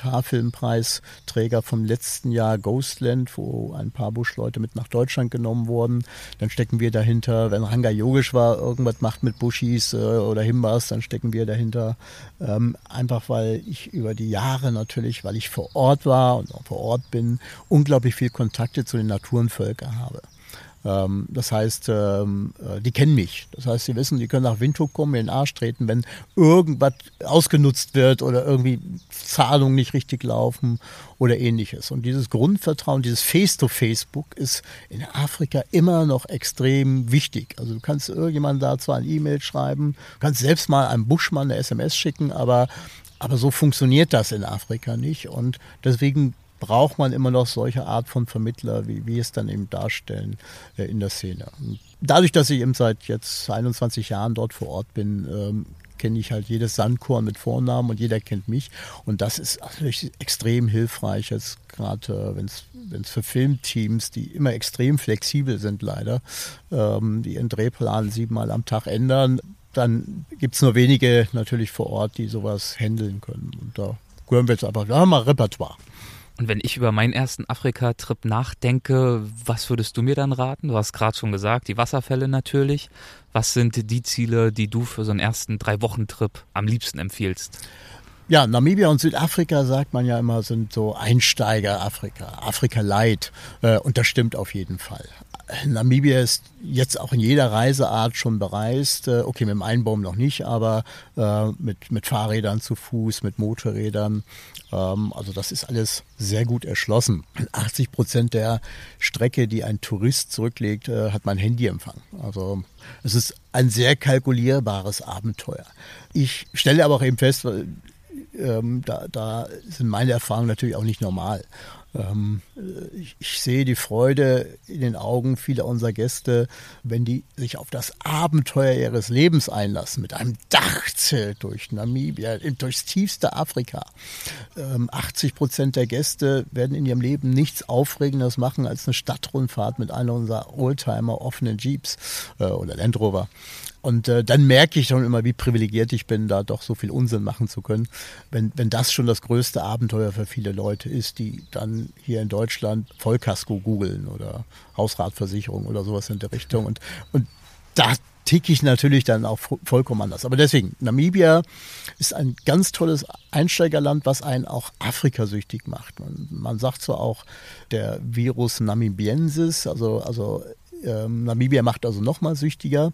Dokumentarfilmpreisträger vom letzten Jahr Ghostland, wo ein paar Buschleute mit nach Deutschland genommen wurden. Dann stecken wir dahinter, wenn Ranga Yogeshwar irgendwas macht mit Buschis äh, oder Himbas, dann stecken wir dahinter. Ähm, einfach weil ich über die Jahre natürlich, weil ich vor Ort war und auch vor Ort bin, unglaublich viel Kontakte zu den Naturenvölkern habe. Ähm, das heißt, ähm, die kennen mich. Das heißt, sie wissen, die können nach Windhoek kommen, mir in den Arsch treten, wenn irgendwas ausgenutzt wird oder irgendwie Zahlungen nicht richtig laufen oder ähnliches. Und dieses Grundvertrauen, dieses Face-to-Facebook ist in Afrika immer noch extrem wichtig. Also du kannst irgendjemandem dazu eine E-Mail schreiben, du kannst selbst mal einem Buschmann eine S M S schicken, aber, aber so funktioniert das in Afrika nicht. Und deswegen braucht man immer noch solche Art von Vermittler, wie wir es dann eben darstellen äh, in der Szene. Und dadurch, dass ich eben seit jetzt einundzwanzig Jahren dort vor Ort bin, ähm, kenne ich halt jedes Sandkorn mit Vornamen und jeder kennt mich. Und das ist natürlich extrem hilfreich, jetzt gerade äh, wenn es für Filmteams, die immer extrem flexibel sind leider, ähm, die ihren Drehplan siebenmal am Tag ändern, dann gibt es nur wenige natürlich vor Ort, die sowas handeln können. Und da gehören wir jetzt einfach, da haben wir Repertoire. Und wenn ich über meinen ersten Afrika-Trip nachdenke, was würdest du mir dann raten? Du hast gerade schon gesagt, die Wasserfälle natürlich. Was sind die Ziele, die du für so einen ersten Drei-Wochen-Trip am liebsten empfiehlst? Ja, Namibia und Südafrika, sagt man ja immer, sind so Einsteiger-Afrika, Afrika-Light. Äh, und das stimmt auf jeden Fall. Namibia ist jetzt auch in jeder Reiseart schon bereist. Okay, mit dem Einbaum noch nicht, aber äh, mit, mit Fahrrädern zu Fuß, mit Motorrädern. Ähm, also das ist alles sehr gut erschlossen. achtzig Prozent der Strecke, die ein Tourist zurücklegt, äh, hat mein Handyempfang. Also es ist ein sehr kalkulierbares Abenteuer. Ich stelle aber auch eben fest, weil, ähm, da, da sind meine Erfahrungen natürlich auch nicht normal. Ähm, ich, ich sehe die Freude in den Augen vieler unserer Gäste, wenn die sich auf das Abenteuer ihres Lebens einlassen, mit einem Dachzelt durch Namibia, durchs tiefste Afrika. Ähm, achtzig Prozent der Gäste werden in ihrem Leben nichts Aufregendes machen als eine Stadtrundfahrt mit einer unserer Oldtimer offenen Jeeps äh, oder Land Rover. Und äh, dann merke ich schon immer, wie privilegiert ich bin, da doch so viel Unsinn machen zu können. Wenn, wenn das schon das größte Abenteuer für viele Leute ist, die dann hier in Deutschland Vollkasko googeln oder Hausratversicherung oder sowas in der Richtung. Und, und da ticke ich natürlich dann auch vollkommen anders. Aber deswegen, Namibia ist ein ganz tolles Einsteigerland, was einen auch afrikasüchtig macht. Man, man sagt zwar auch der Virus Namibiensis, also, also ähm, Namibia macht also nochmal süchtiger.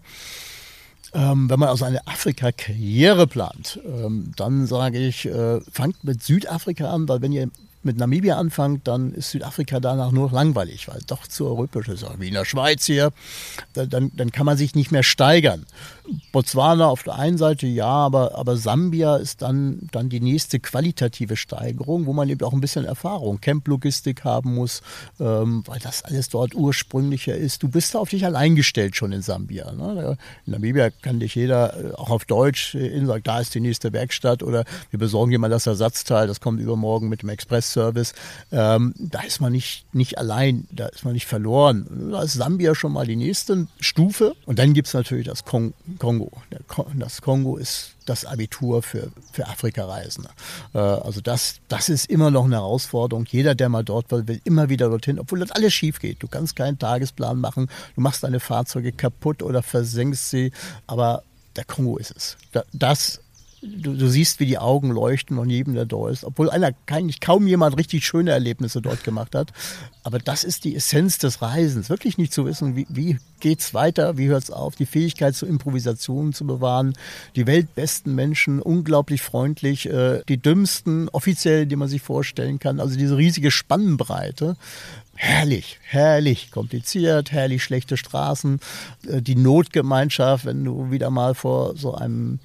Ähm, wenn man also eine Afrika-Karriere plant, ähm, dann sage ich, äh, fangt mit Südafrika an, weil wenn ihr mit Namibia anfangt, dann ist Südafrika danach nur langweilig, weil es doch zu europäisch ist, wie in der Schweiz hier, dann, dann kann man sich nicht mehr steigern. Botswana auf der einen Seite ja, aber, aber Sambia ist dann, dann die nächste qualitative Steigerung, wo man eben auch ein bisschen Erfahrung, Camp-Logistik haben muss, ähm, weil das alles dort ursprünglicher ist. Du bist da auf dich allein gestellt schon in Sambia. Ne? In Namibia kann dich jeder auch auf Deutsch in sagen, da ist die nächste Werkstatt oder wir besorgen dir mal das Ersatzteil, das kommt übermorgen mit dem Express-Service. Ähm, da ist man nicht, nicht allein, da ist man nicht verloren. Da ist Sambia schon mal die nächste Stufe und dann gibt es natürlich das Kongo. Kongo. Das Kongo ist das Abitur für, für Afrika-Reisende. Also das, das ist immer noch eine Herausforderung. Jeder, der mal dort war, will immer wieder dorthin, obwohl das alles schief geht. Du kannst keinen Tagesplan machen, du machst deine Fahrzeuge kaputt oder versenkst sie, aber der Kongo ist es. Das Du, du siehst, wie die Augen leuchten von jedem, der da ist. Obwohl einer, kein, kaum jemand richtig schöne Erlebnisse dort gemacht hat. Aber das ist die Essenz des Reisens. Wirklich nicht zu wissen, wie, wie geht's weiter, wie hört's auf, die Fähigkeit zur Improvisation zu bewahren. Die weltbesten Menschen, unglaublich freundlich, äh, die dümmsten offiziell, die man sich vorstellen kann. Also diese riesige Spannbreite. Herrlich, herrlich kompliziert, herrlich schlechte Straßen. Äh, die Notgemeinschaft, wenn du wieder mal vor so einem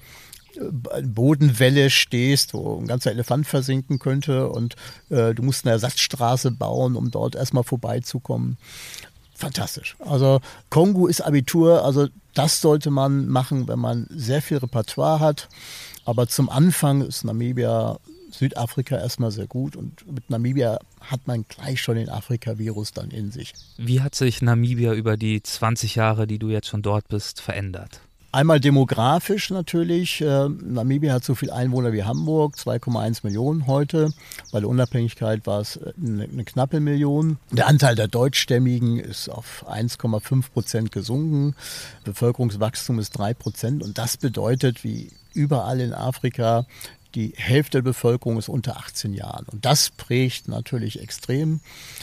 Bodenwelle stehst, wo ein ganzer Elefant versinken könnte und äh, du musst eine Ersatzstraße bauen, um dort erstmal vorbeizukommen. Fantastisch. Also Kongo ist Abitur, also das sollte man machen, wenn man sehr viel Repertoire hat. Aber zum Anfang ist Namibia, Südafrika erstmal sehr gut und mit Namibia hat man gleich schon den Afrika-Virus dann in sich. Wie hat sich Namibia über die zwanzig Jahre, die du jetzt schon dort bist, verändert? Einmal demografisch natürlich. Äh, Namibia hat so viel Einwohner wie Hamburg, zwei Komma eins Millionen heute. Bei der Unabhängigkeit war es eine, eine knappe Million. Der Anteil der Deutschstämmigen ist auf eins Komma fünf Prozent gesunken. Bevölkerungswachstum ist drei Prozent. Und das bedeutet, wie überall in Afrika, die Hälfte der Bevölkerung ist unter achtzehn Jahren. Und das prägt natürlich extrem.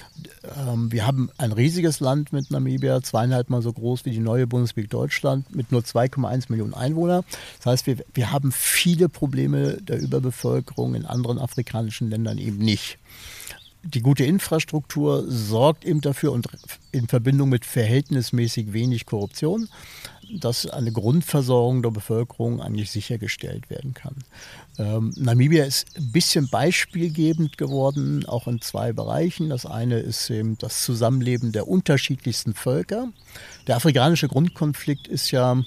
Wir haben ein riesiges Land mit Namibia, zweieinhalb Mal so groß wie die neue Bundesrepublik Deutschland, mit nur zwei Komma eins Millionen Einwohnern. Das heißt, wir, wir haben viele Probleme der Überbevölkerung in anderen afrikanischen Ländern eben nicht. Die gute Infrastruktur sorgt eben dafür und in Verbindung mit verhältnismäßig wenig Korruption, dass eine Grundversorgung der Bevölkerung eigentlich sichergestellt werden kann. Ähm, Namibia ist ein bisschen beispielgebend geworden, auch in zwei Bereichen. Das eine ist eben das Zusammenleben der unterschiedlichsten Völker. Der afrikanische Grundkonflikt ist ja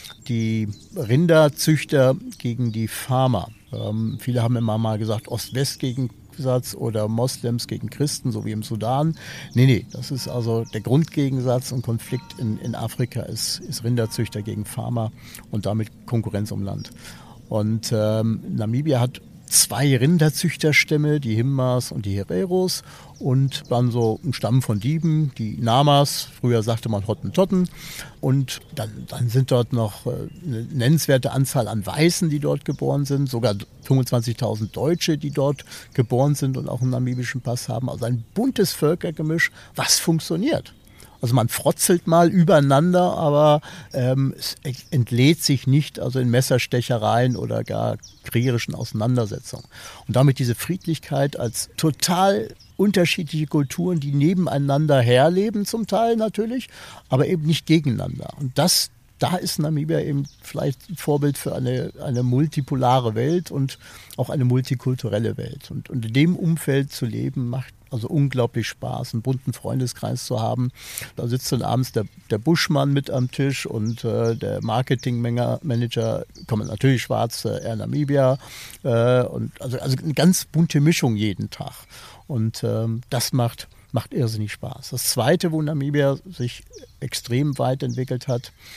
die Rinderzüchter gegen die Farmer. Ähm, viele haben immer mal gesagt, Ost-West gegen oder Moslems gegen Christen, so wie im Sudan. Nee, nee, das ist also der Grundgegensatz und Konflikt in, in Afrika ist, ist Rinderzüchter gegen Farmer und damit Konkurrenz um Land. Und ähm, Namibia hat zwei Rinderzüchterstämme, die Himbas und die Hereros und dann so ein Stamm von Dieben, die Namas, früher sagte man Hottentotten und dann, dann sind dort noch eine nennenswerte Anzahl an Weißen, die dort geboren sind, sogar fünfundzwanzigtausend Deutsche, die dort geboren sind und auch einen namibischen Pass haben, also ein buntes Völkergemisch, was funktioniert. Also man frotzelt mal übereinander, aber ähm, es entlädt sich nicht also in Messerstechereien oder gar kriegerischen Auseinandersetzungen. Und damit diese Friedlichkeit als total unterschiedliche Kulturen, die nebeneinander herleben zum Teil natürlich, aber eben nicht gegeneinander. Und das, da ist Namibia eben vielleicht ein Vorbild für eine, eine multipolare Welt und auch eine multikulturelle Welt. Und, und in dem Umfeld zu leben macht also unglaublich Spaß, einen bunten Freundeskreis zu haben. Da sitzt dann abends der, der Buschmann mit am Tisch und äh, der Marketingmanager, kommt natürlich schwarz, äh, Air Namibia. Äh, und also, also eine ganz bunte Mischung jeden Tag. Und ähm, das macht, macht irrsinnig Spaß. Das Zweite, wo Namibia sich extrem weit entwickelt hat,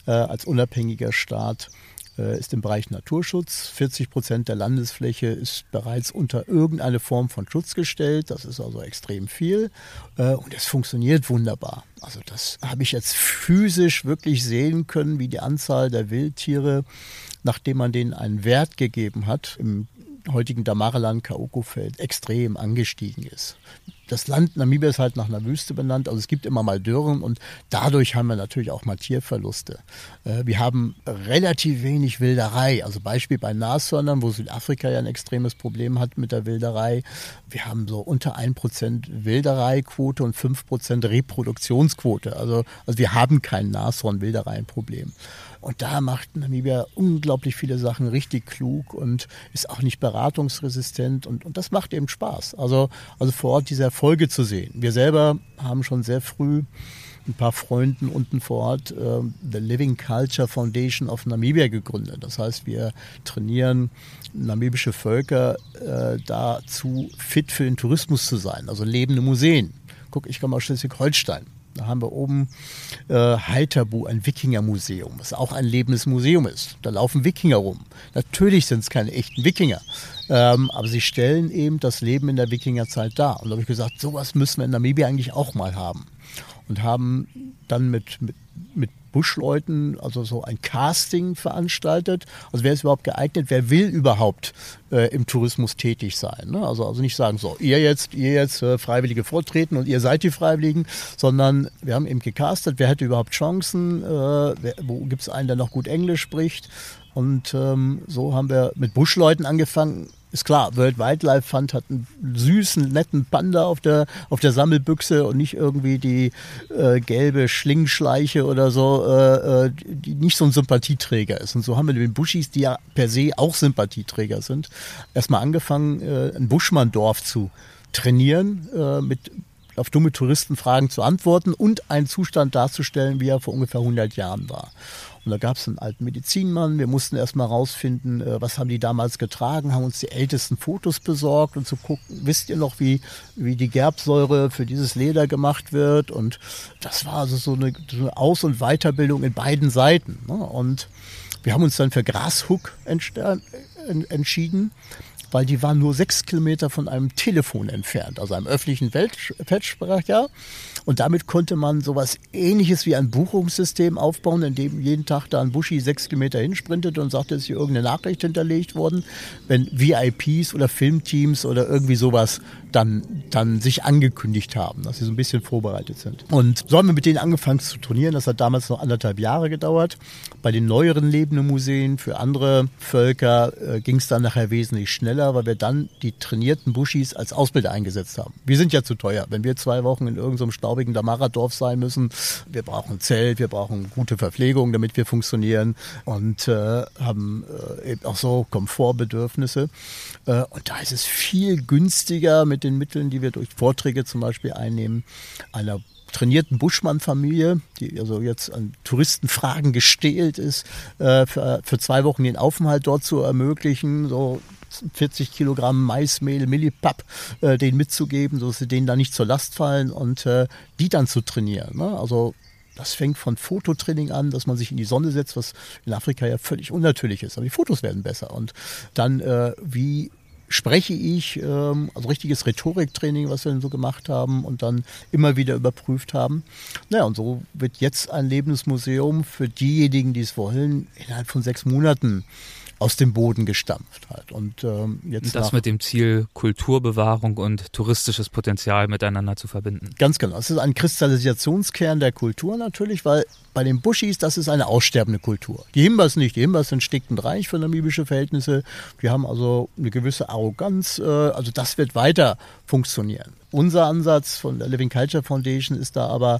äh, als unabhängiger Staat, äh, ist im Bereich Naturschutz. vierzig Prozent der Landesfläche ist bereits unter irgendeine Form von Schutz gestellt. Das ist also extrem viel. Äh, und es funktioniert wunderbar. Also das habe ich jetzt physisch wirklich sehen können, wie die Anzahl der Wildtiere, nachdem man denen einen Wert gegeben hat, im heutigen Damaraland-Kaoko-Feld extrem angestiegen ist. Das Land Namibia ist halt nach einer Wüste benannt, also es gibt immer mal Dürren und dadurch haben wir natürlich auch mal Tierverluste. Wir haben relativ wenig Wilderei, also Beispiel bei Nashörnern, wo Südafrika ja ein extremes Problem hat mit der Wilderei. Wir haben so unter ein Prozent Wildereiquote und fünf Prozent Reproduktionsquote. Also, also wir haben kein Nashorn-Wilderei-Problem. Und da macht Namibia unglaublich viele Sachen richtig klug und ist auch nicht beratungsresistent. Und, und das macht eben Spaß. Also, also vor Ort diese Erfolge zu sehen. Wir selber haben schon sehr früh ein paar Freunden unten vor Ort äh, The Living Culture Foundation of Namibia gegründet. Das heißt, wir trainieren namibische Völker äh, dazu, fit für den Tourismus zu sein. Also lebende Museen. Guck, ich komme aus Schleswig-Holstein. Da haben wir oben äh, Haithabu, ein Wikingermuseum, was auch ein lebendes Museum ist. Da laufen Wikinger rum. Natürlich sind es keine echten Wikinger, ähm, aber sie stellen eben das Leben in der Wikingerzeit dar. Und da habe ich gesagt, sowas müssen wir in Namibia eigentlich auch mal haben. Und haben dann mit, mit, mit Buschleuten also so ein Casting veranstaltet. Also wer ist überhaupt geeignet? Wer will überhaupt äh, im Tourismus tätig sein? Ne? Also, also nicht sagen, so, ihr jetzt, ihr jetzt äh, Freiwillige vortreten und ihr seid die Freiwilligen, sondern wir haben eben gecastet, wer hätte überhaupt Chancen, äh, wer, wo gibt es einen, der noch gut Englisch spricht? Und ähm, so haben wir mit Buschleuten angefangen. Ist klar, World Wildlife Fund hat einen süßen, netten Panda auf der, auf der Sammelbüchse und nicht irgendwie die äh, gelbe Schlingschleiche oder so, äh, die nicht so ein Sympathieträger ist. Und so haben wir mit den Buschis, die ja per se auch Sympathieträger sind, erstmal angefangen, äh, ein Buschmanndorf zu trainieren, äh, mit auf dumme Touristenfragen zu antworten und einen Zustand darzustellen, wie er vor ungefähr hundert Jahren war. Und da gab es einen alten Medizinmann. Wir mussten erstmal rausfinden, was haben die damals getragen, haben uns die ältesten Fotos besorgt und zu gucken, wisst ihr noch, wie, wie die Gerbsäure für dieses Leder gemacht wird? Und das war also so eine, so eine Aus- und Weiterbildung in beiden Seiten. Und wir haben uns dann für Grashook entschieden, weil die waren nur sechs Kilometer von einem Telefon entfernt, also einem öffentlichen Feldsprecher. Und damit konnte man sowas Ähnliches wie ein Buchungssystem aufbauen, in dem jeden Tag da ein Buschi sechs Kilometer hinsprintet und sagte, ist hier irgendeine Nachricht hinterlegt worden. Wenn V I Ps oder Filmteams oder irgendwie sowas dann, dann sich angekündigt haben, dass sie so ein bisschen vorbereitet sind. Und so haben wir mit denen angefangen zu trainieren. Das hat damals noch anderthalb Jahre gedauert. Bei den neueren lebenden Museen für andere Völker äh, ging es dann nachher wesentlich schneller, weil wir dann die trainierten Buschis als Ausbilder eingesetzt haben. Wir sind ja zu teuer. Wenn wir zwei Wochen in irgendeinem staubigen Damara-Dorf sein müssen, wir brauchen ein Zelt, wir brauchen gute Verpflegung, damit wir funktionieren und äh, haben äh, eben auch so Komfortbedürfnisse. Äh, und da ist es viel günstiger mit den Mitteln, die wir durch Vorträge zum Beispiel einnehmen, einer trainierten Buschmann-Familie, die also jetzt an Touristenfragen gestählt ist, äh, für, für zwei Wochen den Aufenthalt dort zu ermöglichen, so vierzig Kilogramm Maismehl, Millipap, äh, denen mitzugeben, sodass sie denen da nicht zur Last fallen und äh, die dann zu trainieren. Ne? Also das fängt von Fototraining an, dass man sich in die Sonne setzt, was in Afrika ja völlig unnatürlich ist. Aber die Fotos werden besser. Und dann, äh, wie spreche ich, ähm, also richtiges Rhetoriktraining, was wir dann so gemacht haben und dann immer wieder überprüft haben. Naja, und so wird jetzt ein lebendes Museum für diejenigen, die es wollen, innerhalb von sechs Monaten aus dem Boden gestampft halt. Und ähm, jetzt das nach, mit dem Ziel, Kulturbewahrung und touristisches Potenzial miteinander zu verbinden. Ganz genau. Es ist ein Kristallisationskern der Kultur natürlich, weil bei den Buschis, das ist eine aussterbende Kultur. Die Himbas nicht. Die Himbas sind stinkend reich für namibische Verhältnisse. Die haben also eine gewisse Arroganz. Äh, also das wird weiter funktionieren. Unser Ansatz von der Living Culture Foundation ist da aber,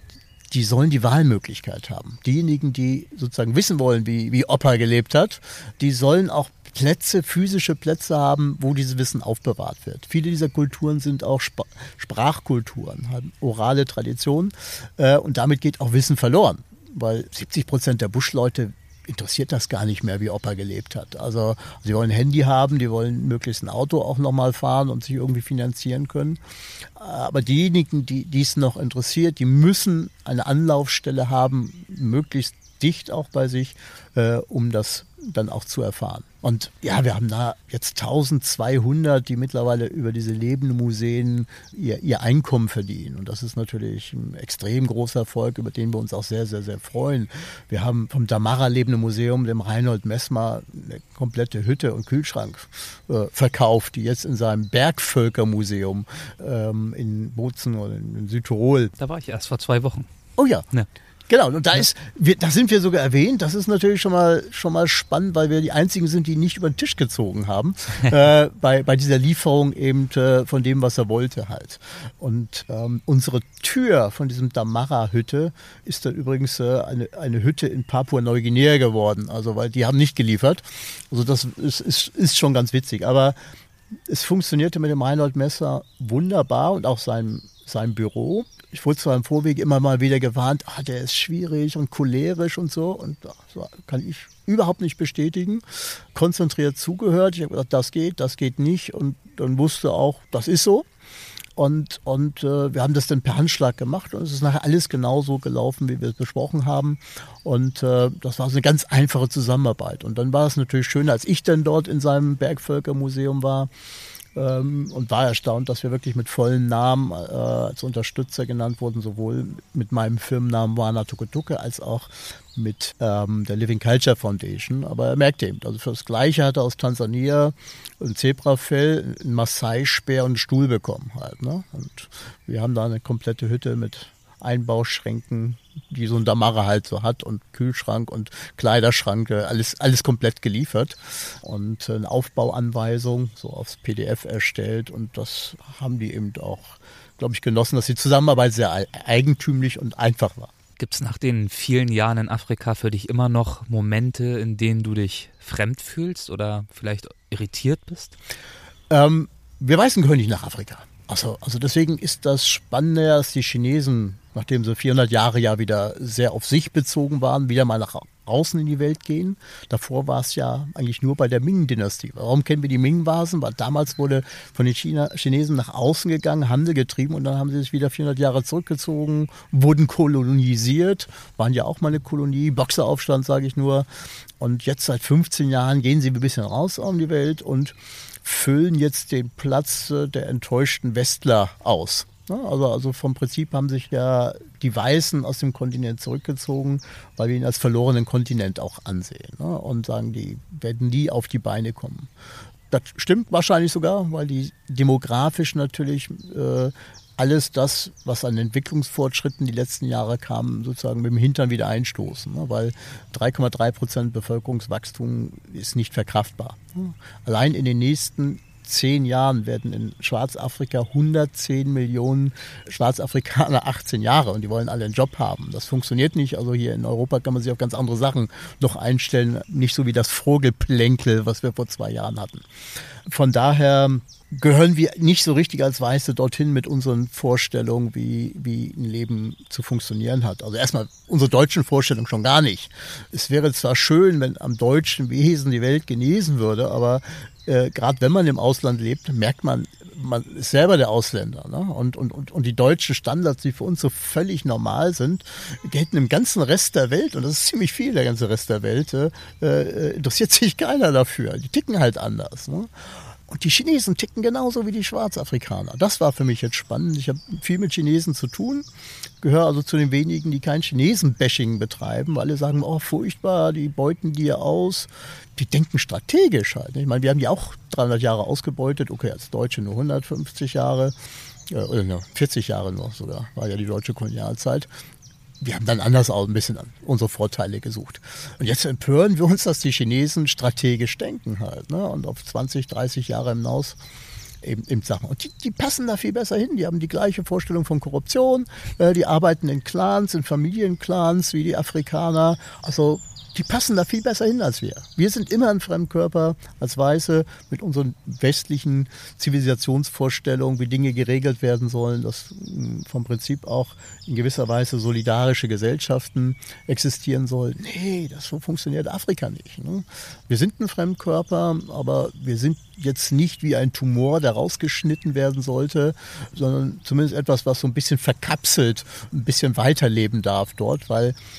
die sollen die Wahlmöglichkeit haben. Diejenigen, die sozusagen wissen wollen, wie, wie Opa gelebt hat, die sollen auch Plätze, physische Plätze haben, wo dieses Wissen aufbewahrt wird. Viele dieser Kulturen sind auch Sp- Sprachkulturen, haben orale Traditionen äh, und damit geht auch Wissen verloren, weil siebzig Prozent der Buschleute interessiert das gar nicht mehr, wie Opa gelebt hat. Also sie wollen ein Handy haben, die wollen möglichst ein Auto auch nochmal fahren und sich irgendwie finanzieren können. Aber diejenigen, die dies noch interessiert, die müssen eine Anlaufstelle haben, möglichst dicht auch bei sich, äh, um das dann auch zu erfahren. Und ja, wir haben da jetzt eintausendzweihundert, die mittlerweile über diese lebenden Museen ihr, ihr Einkommen verdienen. Und das ist natürlich ein extrem großer Erfolg, über den wir uns auch sehr, sehr, sehr freuen. Wir haben vom Damara Lebende Museum, dem Reinhold Messmer, eine komplette Hütte und Kühlschrank äh, verkauft, die jetzt in seinem Bergvölkermuseum ähm, in Bozen oder in, in Südtirol. Da war ich erst vor zwei Wochen. Oh ja. Ja. Genau, und da ist, wir, da sind wir sogar erwähnt. Das ist natürlich schon mal schon mal spannend, weil wir die einzigen sind, die nicht über den Tisch gezogen haben äh, bei bei dieser Lieferung eben äh, von dem, was er wollte halt. Und ähm, unsere Tür von diesem Damara-Hütte ist dann übrigens äh, eine eine Hütte in Papua-Neuguinea geworden. Also weil die haben nicht geliefert. Also das ist ist, ist schon ganz witzig. Aber es funktionierte mit dem Reinhold Messmer wunderbar und auch seinem seinem Büro. Ich wurde zwar im Vorweg immer mal wieder gewarnt, ah, der ist schwierig und cholerisch und so. Und ach, so kann ich überhaupt nicht bestätigen. Konzentriert zugehört. Ich habe gesagt, das geht, das geht nicht. Und dann wusste auch, das ist so. Und, und äh, wir haben das dann per Handschlag gemacht. Und es ist nachher alles genauso gelaufen, wie wir es besprochen haben. Und äh, das war so eine ganz einfache Zusammenarbeit. Und dann war es natürlich schön, als ich dann dort in seinem Bergvölkermuseum war, und war erstaunt, dass wir wirklich mit vollen Namen äh, als Unterstützer genannt wurden, sowohl mit meinem Firmennamen Wana Tukutuke als auch mit ähm, der Living Culture Foundation. Aber er merkte eben, also für das Gleiche hat er aus Tansania ein Zebrafell, ein Maasai-Speer und einen Stuhl bekommen halt. Ne? Und wir haben da eine komplette Hütte mit Einbauschränken, die so ein Damara halt so hat, und Kühlschrank und Kleiderschrank, alles, alles komplett geliefert und eine Aufbauanweisung so aufs P D F erstellt, und das haben die eben auch, glaube ich, genossen, dass die Zusammenarbeit sehr eigentümlich und einfach war. Gibt es nach den vielen Jahren in Afrika für dich immer noch Momente, in denen du dich fremd fühlst oder vielleicht irritiert bist? Ähm, wir Weißen gehören nicht nach Afrika. Also, also deswegen ist das Spannende, dass die Chinesen, nachdem sie vierhundert Jahre ja wieder sehr auf sich bezogen waren, wieder mal nach außen in die Welt gehen. Davor war es ja eigentlich nur bei der Ming-Dynastie. Warum kennen wir die Ming-Vasen? Weil damals wurde von den China, Chinesen nach außen gegangen, Handel getrieben, und dann haben sie sich wieder vierhundert Jahre zurückgezogen, wurden kolonisiert, waren ja auch mal eine Kolonie, Boxeraufstand sage ich nur. Und jetzt seit fünfzehn Jahren gehen sie ein bisschen raus um die Welt und füllen jetzt den Platz der enttäuschten Westler aus. Also, also vom Prinzip haben sich ja die Weißen aus dem Kontinent zurückgezogen, weil wir ihn als verlorenen Kontinent auch ansehen, und sagen, die werden nie auf die Beine kommen. Das stimmt wahrscheinlich sogar, weil die demografisch natürlich äh, alles das, was an Entwicklungsfortschritten die letzten Jahre kam, sozusagen mit dem Hintern wieder einstoßen. Ne? Weil drei Komma drei Prozent Bevölkerungswachstum ist nicht verkraftbar. Ne? Allein in den nächsten zehn Jahren werden in Schwarzafrika hundertzehn Millionen Schwarzafrikaner achtzehn Jahre, und die wollen alle einen Job haben. Das funktioniert nicht. Also hier in Europa kann man sich auf ganz andere Sachen noch einstellen. Nicht so wie das Vogelplänkel, was wir vor zwei Jahren hatten. Von daher gehören wir nicht so richtig als Weiße dorthin mit unseren Vorstellungen, wie, wie ein Leben zu funktionieren hat. Also erstmal unsere deutschen Vorstellungen schon gar nicht. Es wäre zwar schön, wenn am deutschen Wesen die Welt genesen würde, aber äh, gerade wenn man im Ausland lebt, merkt man, man ist selber der Ausländer. Ne? Und, und, und, und die deutschen Standards, die für uns so völlig normal sind, gelten im ganzen Rest der Welt, und das ist ziemlich viel, der ganze Rest der Welt, äh, interessiert sich keiner dafür. Die ticken halt anders. Ne? Und die Chinesen ticken genauso wie die Schwarzafrikaner. Das war für mich jetzt spannend. Ich habe viel mit Chinesen zu tun, gehöre also zu den wenigen, die kein Chinesen-Bashing betreiben, weil alle sagen, oh furchtbar, die beuten die aus. Die denken strategisch halt. Ich meine, wir haben die auch dreihundert Jahre ausgebeutet, okay, als Deutsche nur hundertfünfzig Jahre, oder nur vierzig Jahre noch sogar, war ja die deutsche Kolonialzeit. Wir haben dann anders auch ein bisschen unsere Vorteile gesucht. Und jetzt empören wir uns, dass die Chinesen strategisch denken halt, ne? Und auf zwanzig, dreißig Jahre hinaus eben, eben Sachen. Und die, die passen da viel besser hin. Die haben die gleiche Vorstellung von Korruption. Äh, die arbeiten in Clans, in Familienclans wie die Afrikaner. Also die passen da viel besser hin als wir. Wir sind immer ein Fremdkörper als Weiße mit unseren westlichen Zivilisationsvorstellungen, wie Dinge geregelt werden sollen, dass vom Prinzip auch in gewisser Weise solidarische Gesellschaften existieren sollen. Nee, das so funktioniert Afrika nicht. Ne? Wir sind ein Fremdkörper, aber wir sind jetzt nicht wie ein Tumor, der rausgeschnitten werden sollte, sondern zumindest etwas, was so ein bisschen verkapselt, ein bisschen weiterleben darf dort, weil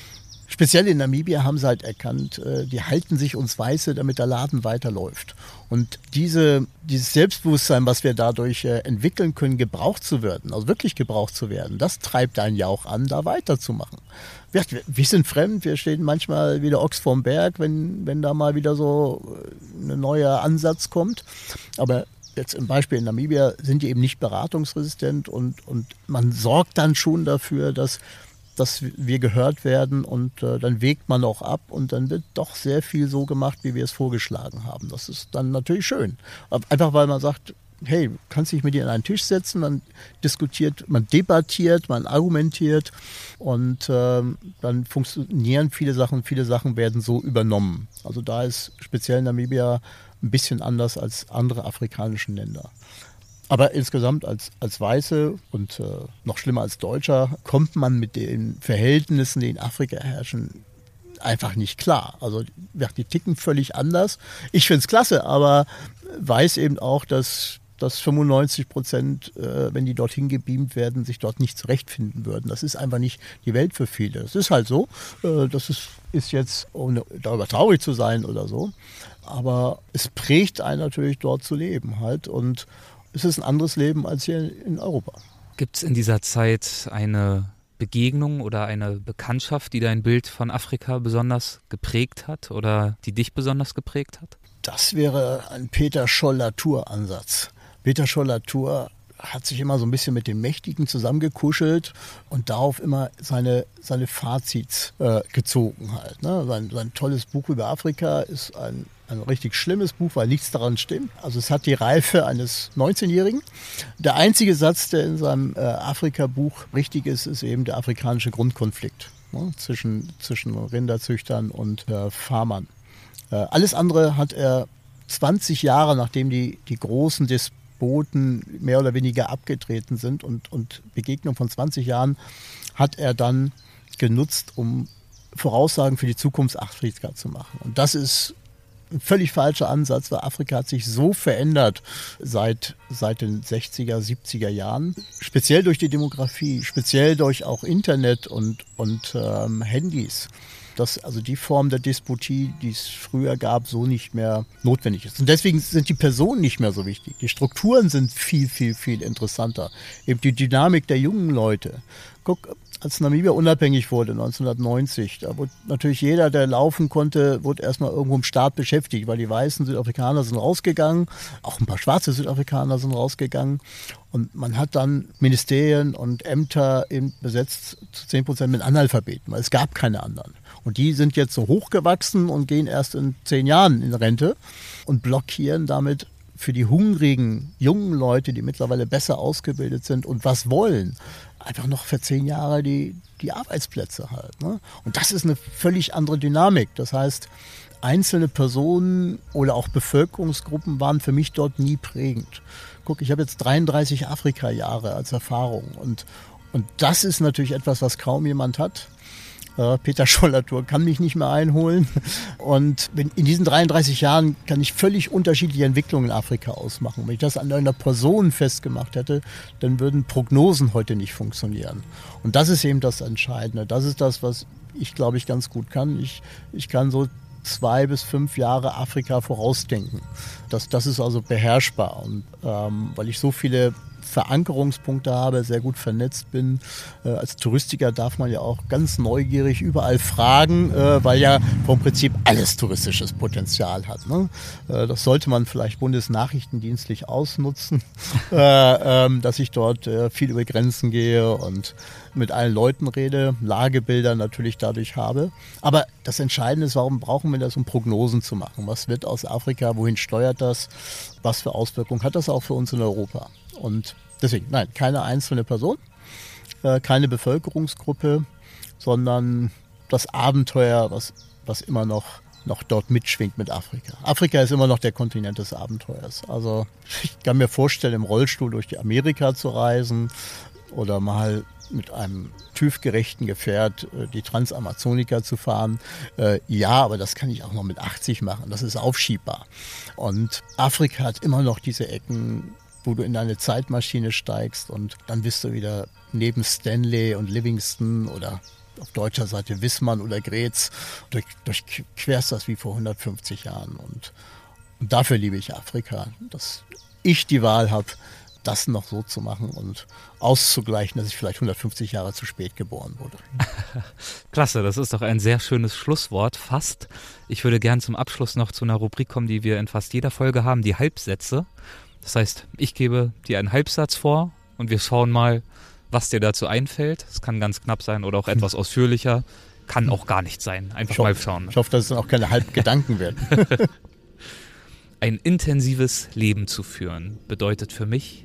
Speziell in Namibia haben sie halt erkannt, äh, die halten sich uns Weiße, damit der Laden weiterläuft. Und diese, dieses Selbstbewusstsein, was wir dadurch äh, entwickeln können, gebraucht zu werden, also wirklich gebraucht zu werden, das treibt einen ja auch an, da weiterzumachen. Wir, wir sind fremd, wir stehen manchmal wie der Ochs vorm Berg, wenn, wenn da mal wieder so ein neuer Ansatz kommt. Aber jetzt im Beispiel in Namibia sind die eben nicht beratungsresistent und, und man sorgt dann schon dafür, dass, dass wir gehört werden und äh, dann wägt man auch ab und dann wird doch sehr viel so gemacht, wie wir es vorgeschlagen haben. Das ist dann natürlich schön. Einfach weil man sagt, hey, du kannst dich mit dir an einen Tisch setzen, man diskutiert, man debattiert, man argumentiert und ähm, dann funktionieren viele Sachen, viele Sachen werden so übernommen. Also da ist speziell Namibia ein bisschen anders als andere afrikanische Länder. Aber insgesamt als, als Weiße und äh, noch schlimmer als Deutscher kommt man mit den Verhältnissen, die in Afrika herrschen, einfach nicht klar. Also die ticken völlig anders. Ich finde es klasse, aber weiß eben auch, dass, dass fünfundneunzig Prozent, äh, wenn die dorthin gebeamt werden, sich dort nicht zurechtfinden würden. Das ist einfach nicht die Welt für viele. Das ist halt so. Äh, das ist, ist jetzt, ohne darüber traurig zu sein oder so. Aber es prägt einen natürlich, dort zu leben halt. Und es ist ein anderes Leben als hier in Europa. Gibt es in dieser Zeit eine Begegnung oder eine Bekanntschaft, die dein Bild von Afrika besonders geprägt hat oder die dich besonders geprägt hat? Das wäre ein Peter Scholl-Latour-Ansatz. Peter Scholl-Latour hat sich immer so ein bisschen mit den Mächtigen zusammengekuschelt und darauf immer seine, seine Fazits äh, gezogen halt. Ne? Sein, sein tolles Buch über Afrika ist ein, ein richtig schlimmes Buch, weil nichts daran stimmt. Also es hat die Reife eines neunzehnjährigen. Der einzige Satz, der in seinem äh, Afrika-Buch richtig ist, ist eben der afrikanische Grundkonflikt, ne? zwischen, zwischen Rinderzüchtern und äh, Farmern. Äh, alles andere hat er zwanzig Jahre, nachdem die, die großen Dis Boten mehr oder weniger abgetreten sind und, und Begegnung von zwanzig Jahren hat er dann genutzt, um Voraussagen für die Zukunft Afrika zu machen. Und das ist ein völlig falscher Ansatz, weil Afrika hat sich so verändert seit, seit den sechziger, siebziger Jahren. Speziell durch die Demografie, speziell durch auch Internet und, und ähm, Handys. Dass also die Form der Disputie, die es früher gab, so nicht mehr notwendig ist. Und deswegen sind die Personen nicht mehr so wichtig. Die Strukturen sind viel, viel, viel interessanter. Eben die Dynamik der jungen Leute. Guck, als Namibia unabhängig wurde, neunzehnhundertneunzig, da wurde natürlich jeder, der laufen konnte, wurde erstmal irgendwo im Staat beschäftigt, weil die weißen Südafrikaner sind rausgegangen, auch ein paar schwarze Südafrikaner sind rausgegangen. Und man hat dann Ministerien und Ämter eben besetzt zu zehn Prozent mit Analphabeten, weil es gab keine anderen. Und die sind jetzt so hochgewachsen und gehen erst in zehn Jahren in Rente und blockieren damit für die hungrigen jungen Leute, die mittlerweile besser ausgebildet sind und was wollen, einfach noch für zehn Jahre die, die Arbeitsplätze halt. Ne? Und das ist eine völlig andere Dynamik. Das heißt, einzelne Personen oder auch Bevölkerungsgruppen waren für mich dort nie prägend. Guck, ich habe jetzt dreiunddreißig Afrika-Jahre als Erfahrung und, und das ist natürlich etwas, was kaum jemand hat. Peter Scholl-Latour kann mich nicht mehr einholen. Und in diesen dreiunddreißig Jahren kann ich völlig unterschiedliche Entwicklungen in Afrika ausmachen. Wenn ich das an einer Person festgemacht hätte, dann würden Prognosen heute nicht funktionieren. Und das ist eben das Entscheidende. Das ist das, was ich, glaube ich, ganz gut kann. Ich, ich kann so zwei bis fünf Jahre Afrika vorausdenken. Das, das ist also beherrschbar. Und ähm, weil ich so viele Verankerungspunkte habe, sehr gut vernetzt bin. Äh, als Touristiker darf man ja auch ganz neugierig überall fragen, äh, weil ja vom Prinzip alles touristisches Potenzial hat. Ne? Äh, das sollte man vielleicht bundesnachrichtendienstlich ausnutzen, äh, ähm, dass ich dort äh, viel über Grenzen gehe und mit allen Leuten rede, Lagebilder natürlich dadurch habe. Aber das Entscheidende ist, warum brauchen wir das, um Prognosen zu machen? Was wird aus Afrika? Wohin steuert das? Was für Auswirkungen hat das auch für uns in Europa? Und deswegen, nein, keine einzelne Person, äh, keine Bevölkerungsgruppe, sondern das Abenteuer, was, was immer noch, noch dort mitschwingt mit Afrika. Afrika ist immer noch der Kontinent des Abenteuers. Also ich kann mir vorstellen, im Rollstuhl durch die Amerika zu reisen oder mal mit einem TÜV-gerechten Gefährt äh, die Transamazonika zu fahren. Äh, ja, aber das kann ich auch noch mit achtzig machen. Das ist aufschiebbar. Und Afrika hat immer noch diese Ecken, wo du in eine Zeitmaschine steigst und dann bist du wieder neben Stanley und Livingston oder auf deutscher Seite Wissmann oder Grätz, durch, durchquerst das wie vor hundertfünfzig Jahren. Und, und dafür liebe ich Afrika, dass ich die Wahl habe, das noch so zu machen und auszugleichen, dass ich vielleicht hundertfünfzig Jahre zu spät geboren wurde. Klasse, das ist doch ein sehr schönes Schlusswort, fast. Ich würde gern zum Abschluss noch zu einer Rubrik kommen, die wir in fast jeder Folge haben, die Halbsätze. Das heißt, ich gebe dir einen Halbsatz vor und wir schauen mal, was dir dazu einfällt. Es kann ganz knapp sein oder auch etwas ausführlicher. Kann auch gar nicht sein. Einfach hoffe, mal schauen. Ich hoffe, dass es dann auch keine Halbgedanken werden. Ein intensives Leben zu führen bedeutet für mich,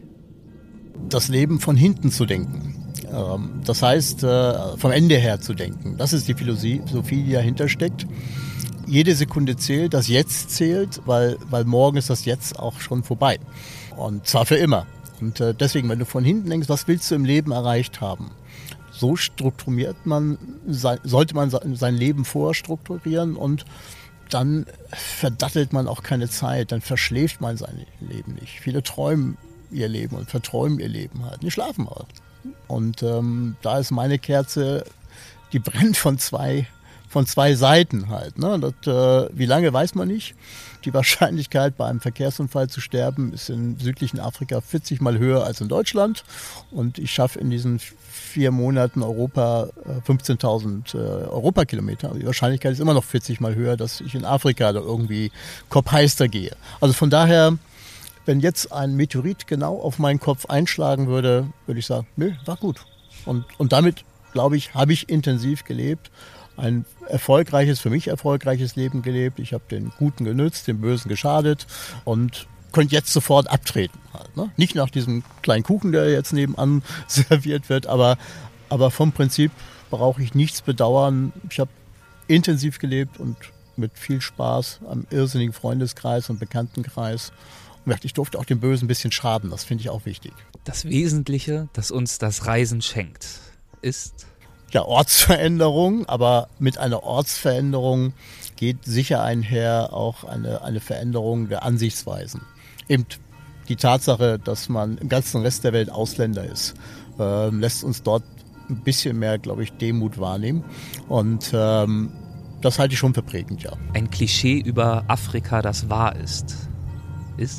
das Leben von hinten zu denken. Das heißt, vom Ende her zu denken. Das ist die Philosophie, die dahinter steckt. Jede Sekunde zählt, das Jetzt zählt, weil, weil morgen ist das Jetzt auch schon vorbei. Und zwar für immer. Und deswegen, wenn du von hinten denkst, was willst du im Leben erreicht haben? So strukturiert man, sollte man sein Leben vorstrukturieren und dann verdattelt man auch keine Zeit, dann verschläft man sein Leben nicht. Viele träumen ihr Leben und verträumen ihr Leben halt. Die schlafen halt. Und ähm, da ist meine Kerze, die brennt von zwei, von zwei Seiten halt. Ne? Das, äh, wie lange, weiß man nicht. Die Wahrscheinlichkeit, bei einem Verkehrsunfall zu sterben, ist im südlichen Afrika vierzig Mal höher als in Deutschland. Und ich schaffe in diesen vier Monaten Europa äh, fünfzehntausend äh, Europakilometer. Die Wahrscheinlichkeit ist immer noch vierzig Mal höher, dass ich in Afrika da irgendwie kopfheister gehe. Also von daher, wenn jetzt ein Meteorit genau auf meinen Kopf einschlagen würde, würde ich sagen, nö, war gut. Und, und damit, glaube ich, habe ich intensiv gelebt. Ein erfolgreiches, für mich erfolgreiches Leben gelebt. Ich habe den Guten genützt, den Bösen geschadet und könnte jetzt sofort abtreten. Halt, ne? Nicht nach diesem kleinen Kuchen, der jetzt nebenan serviert wird, aber, aber vom Prinzip brauche ich nichts bedauern. Ich habe intensiv gelebt und mit viel Spaß am irrsinnigen Freundeskreis und Bekanntenkreis. Ich durfte auch dem Bösen ein bisschen schaden, das finde ich auch wichtig. Das Wesentliche, das uns das Reisen schenkt, ist? Ja, Ortsveränderung, aber mit einer Ortsveränderung geht sicher einher auch eine, eine Veränderung der Ansichtsweisen. Eben die Tatsache, dass man im ganzen Rest der Welt Ausländer ist, äh, lässt uns dort ein bisschen mehr, glaube ich, Demut wahrnehmen. Und ähm, das halte ich schon für prägend, ja. Ein Klischee über Afrika, das wahr ist, ist?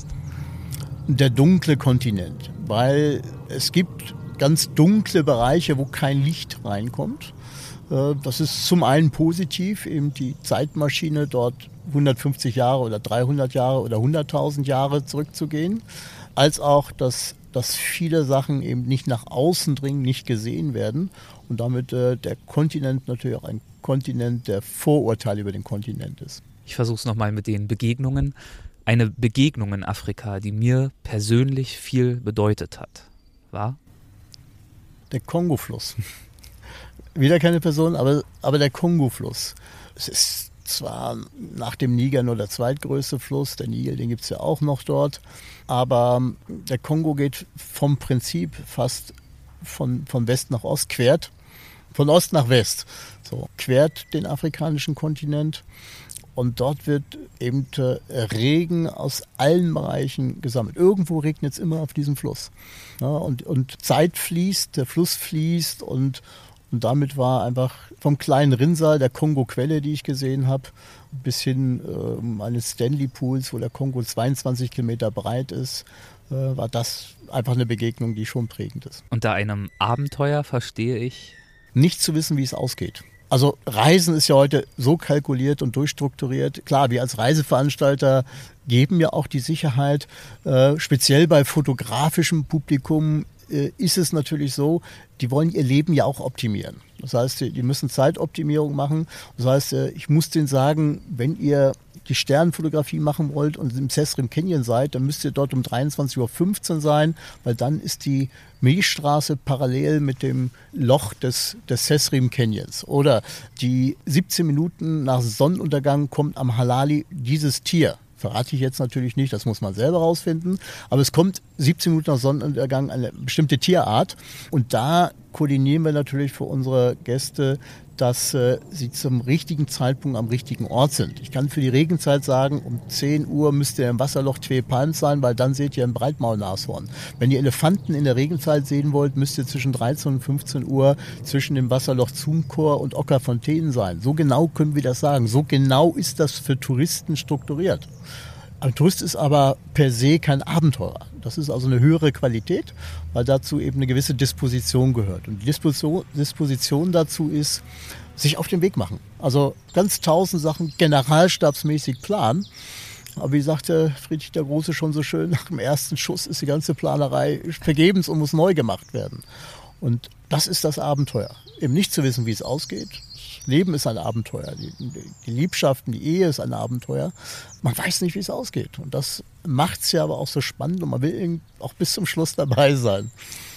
Der dunkle Kontinent, weil es gibt ganz dunkle Bereiche, wo kein Licht reinkommt. Das ist zum einen positiv, eben die Zeitmaschine dort hundertfünfzig Jahre oder dreihundert Jahre oder hunderttausend Jahre zurückzugehen, als auch, dass, dass viele Sachen eben nicht nach außen dringen, nicht gesehen werden und damit äh, der Kontinent natürlich auch ein Kontinent der Vorurteile über den Kontinent ist. Ich versuche es nochmal mit den Begegnungen. Eine Begegnung in Afrika, die mir persönlich viel bedeutet hat, war? Der Kongo-Fluss. Wieder keine Person, aber, aber der Kongo-Fluss. Es ist zwar nach dem Niger nur der zweitgrößte Fluss, der Nil, den gibt es ja auch noch dort, aber der Kongo geht vom Prinzip fast von, von West nach Ost, quert, von Ost nach West, so, quert den afrikanischen Kontinent. Und dort wird eben Regen aus allen Bereichen gesammelt. Irgendwo regnet es immer auf diesem Fluss. Ja, und, und Zeit fließt, der Fluss fließt und, und damit war einfach vom kleinen Rinnsal der Kongo-Quelle, die ich gesehen habe, bis hin äh, eines Stanley-Pools, wo der Kongo zweiundzwanzig Kilometer breit ist, äh, war das einfach eine Begegnung, die schon prägend ist. Unter einem Abenteuer verstehe ich? Nicht zu wissen, wie es ausgeht. Also Reisen ist ja heute so kalkuliert und durchstrukturiert. Klar, wir als Reiseveranstalter geben ja auch die Sicherheit. Äh, speziell bei fotografischem Publikum äh, ist es natürlich so, die wollen ihr Leben ja auch optimieren. Das heißt, die müssen Zeitoptimierung machen. Das heißt, äh, ich muss denen sagen, wenn ihr die Sternenfotografie machen wollt und im Sesrim Canyon seid, dann müsst ihr dort um dreiundzwanzig Uhr fünfzehn sein, weil dann ist die Milchstraße parallel mit dem Loch des, des Sesrim Canyons. Oder die siebzehn Minuten nach Sonnenuntergang kommt am Halali dieses Tier. Verrate ich jetzt natürlich nicht, das muss man selber rausfinden. Aber es kommt siebzehn Minuten nach Sonnenuntergang eine bestimmte Tierart. Und da koordinieren wir natürlich für unsere Gäste, dass äh, sie zum richtigen Zeitpunkt am richtigen Ort sind. Ich kann für die Regenzeit sagen, um zehn Uhr müsst ihr im Wasserloch Twee Palm sein, weil dann seht ihr ein Breitmaulnashorn. Wenn ihr Elefanten in der Regenzeit sehen wollt, müsst ihr zwischen dreizehn und fünfzehn Uhr zwischen dem Wasserloch Zoomkor und Ockerfontänen sein. So genau können wir das sagen. So genau ist das für Touristen strukturiert. Ein Tourist ist aber per se kein Abenteurer. Das ist also eine höhere Qualität, weil dazu eben eine gewisse Disposition gehört. Und die Disposition, Disposition dazu ist, sich auf den Weg machen. Also ganz tausend Sachen generalstabsmäßig planen. Aber wie sagte Friedrich der Große schon so schön, nach dem ersten Schuss ist die ganze Planerei vergebens und muss neu gemacht werden. Und das ist das Abenteuer. Eben nicht zu wissen, wie es ausgeht. Leben ist ein Abenteuer, die, die Liebschaften, die Ehe ist ein Abenteuer. Man weiß nicht, wie es ausgeht. Und das macht es ja aber auch so spannend und man will auch bis zum Schluss dabei sein.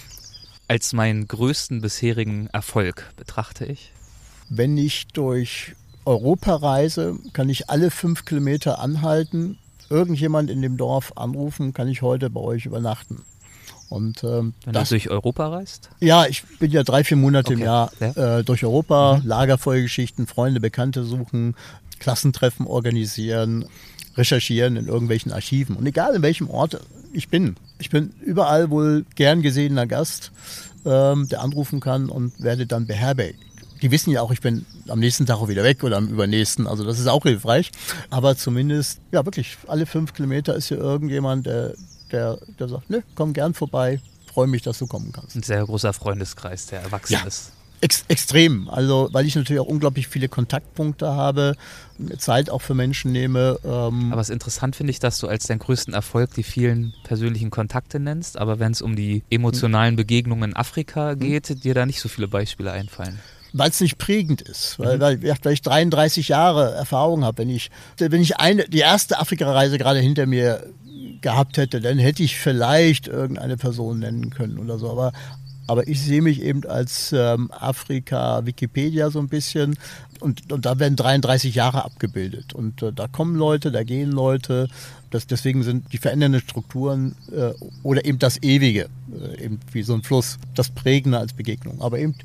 Als meinen größten bisherigen Erfolg betrachte ich? Wenn ich durch Europa reise, kann ich alle fünf Kilometer anhalten, irgendjemand in dem Dorf anrufen, kann ich heute bei euch übernachten. Und, ähm, Wenn das, du durch Europa reist? Ja, ich bin ja drei, vier Monate okay. im Jahr ja. äh, durch Europa, mhm. Lagerfeuergeschichten, Freunde, Bekannte suchen, Klassentreffen organisieren, recherchieren in irgendwelchen Archiven. Und egal in welchem Ort ich bin, ich bin überall wohl gern gesehener Gast, ähm, der anrufen kann und werde dann beherbergt. Die wissen ja auch, ich bin am nächsten Tag auch wieder weg oder am übernächsten, also das ist auch hilfreich. Aber zumindest, ja wirklich, alle fünf Kilometer ist hier irgendjemand, der Der, der sagt, ne, komm gern vorbei, freue mich, dass du kommen kannst. Ein sehr großer Freundeskreis, der erwachsen ja, ist. Ex- extrem, also weil ich natürlich auch unglaublich viele Kontaktpunkte habe, Zeit auch für Menschen nehme. Ähm aber es ist interessant, finde ich, dass du als deinen größten Erfolg die vielen persönlichen Kontakte nennst, aber wenn es um die emotionalen Begegnungen in Afrika geht, hm. dir da nicht so viele Beispiele einfallen. Weil es nicht prägend ist, weil, mhm. weil, weil ich dreiunddreißig Jahre Erfahrung habe. Wenn ich, wenn ich eine, die erste Afrika-Reise gerade hinter mir gehabt hätte, dann hätte ich vielleicht irgendeine Person nennen können oder so. Aber, aber ich sehe mich eben als ähm, Afrika-Wikipedia so ein bisschen und, und da werden dreiunddreißig Jahre abgebildet. Und äh, da kommen Leute, da gehen Leute. Das, deswegen sind die verändernden Strukturen äh, oder eben das Ewige, äh, eben wie so ein Fluss, das Prägende als Begegnung. Aber eben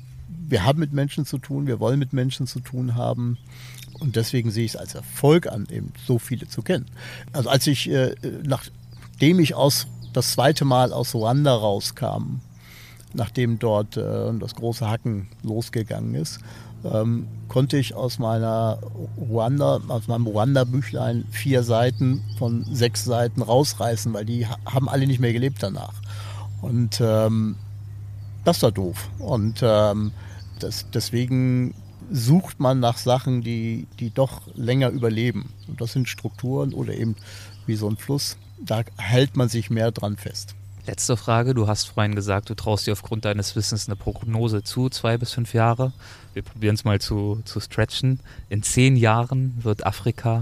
wir haben mit Menschen zu tun, wir wollen mit Menschen zu tun haben und deswegen sehe ich es als Erfolg an, eben so viele zu kennen. Also als ich, äh, nachdem ich aus, das zweite Mal aus Ruanda rauskam, nachdem dort äh, das große Hacken losgegangen ist, ähm, konnte ich aus meiner Ruanda, aus meinem Ruanda-Büchlein vier Seiten von sechs Seiten rausreißen, weil die haben alle nicht mehr gelebt danach. Und ähm, das war doof. Und ähm, Das, deswegen sucht man nach Sachen, die, die doch länger überleben. Und das sind Strukturen oder eben wie so ein Fluss. Da hält man sich mehr dran fest. Letzte Frage. Du hast vorhin gesagt, du traust dir aufgrund deines Wissens eine Prognose zu, zwei bis fünf Jahre. Wir probieren es mal zu, zu stretchen. In zehn Jahren wird Afrika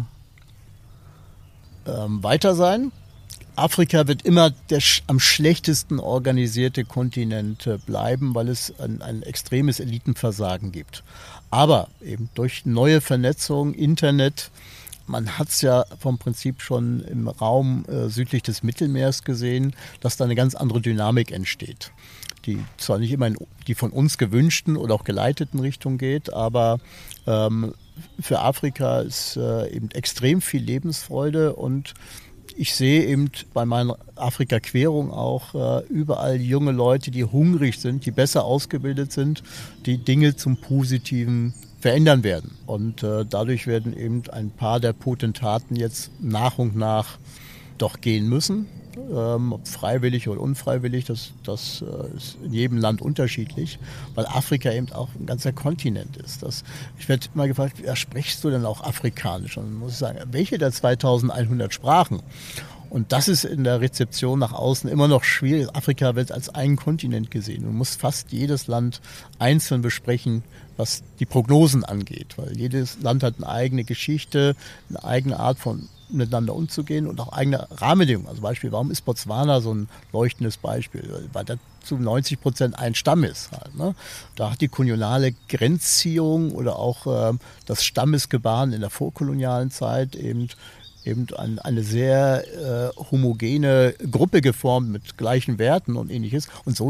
ähm, weiter sein. Afrika wird immer der sch- am schlechtesten organisierte Kontinent äh, bleiben, weil es ein, ein extremes Elitenversagen gibt. Aber eben durch neue Vernetzung, Internet, man hat es ja vom Prinzip schon im Raum äh, südlich des Mittelmeers gesehen, dass da eine ganz andere Dynamik entsteht. Die zwar nicht immer in die von uns gewünschten oder auch geleiteten Richtung geht, aber ähm, für Afrika ist äh, eben extrem viel Lebensfreude und ich sehe eben bei meiner Afrika-Querung auch äh, überall junge Leute, die hungrig sind, die besser ausgebildet sind, die Dinge zum Positiven verändern werden. Und äh, dadurch werden eben ein paar der Potentaten jetzt nach und nach doch gehen müssen. Ähm, ob freiwillig oder unfreiwillig, das, das äh, ist in jedem Land unterschiedlich, weil Afrika eben auch ein ganzer Kontinent ist. Das, ich werde immer gefragt, ja, sprichst du denn auch Afrikanisch? Und dann muss ich sagen, welche der zweitausendeinhundert Sprachen? Und das ist in der Rezeption nach außen immer noch schwierig. Afrika wird als ein Kontinent gesehen. Man muss fast jedes Land einzeln besprechen, was die Prognosen angeht, weil jedes Land hat eine eigene Geschichte, eine eigene Art von miteinander umzugehen und auch eigene Rahmenbedingungen. Also Beispiel, warum ist Botswana so ein leuchtendes Beispiel? Weil da zu neunzig Prozent ein Stamm ist. Halt, ne? Da hat die koloniale Grenzziehung oder auch äh, das Stammesgebaren in der vorkolonialen Zeit eben eben ein, eine sehr äh, homogene Gruppe geformt mit gleichen Werten und ähnliches. Und so ein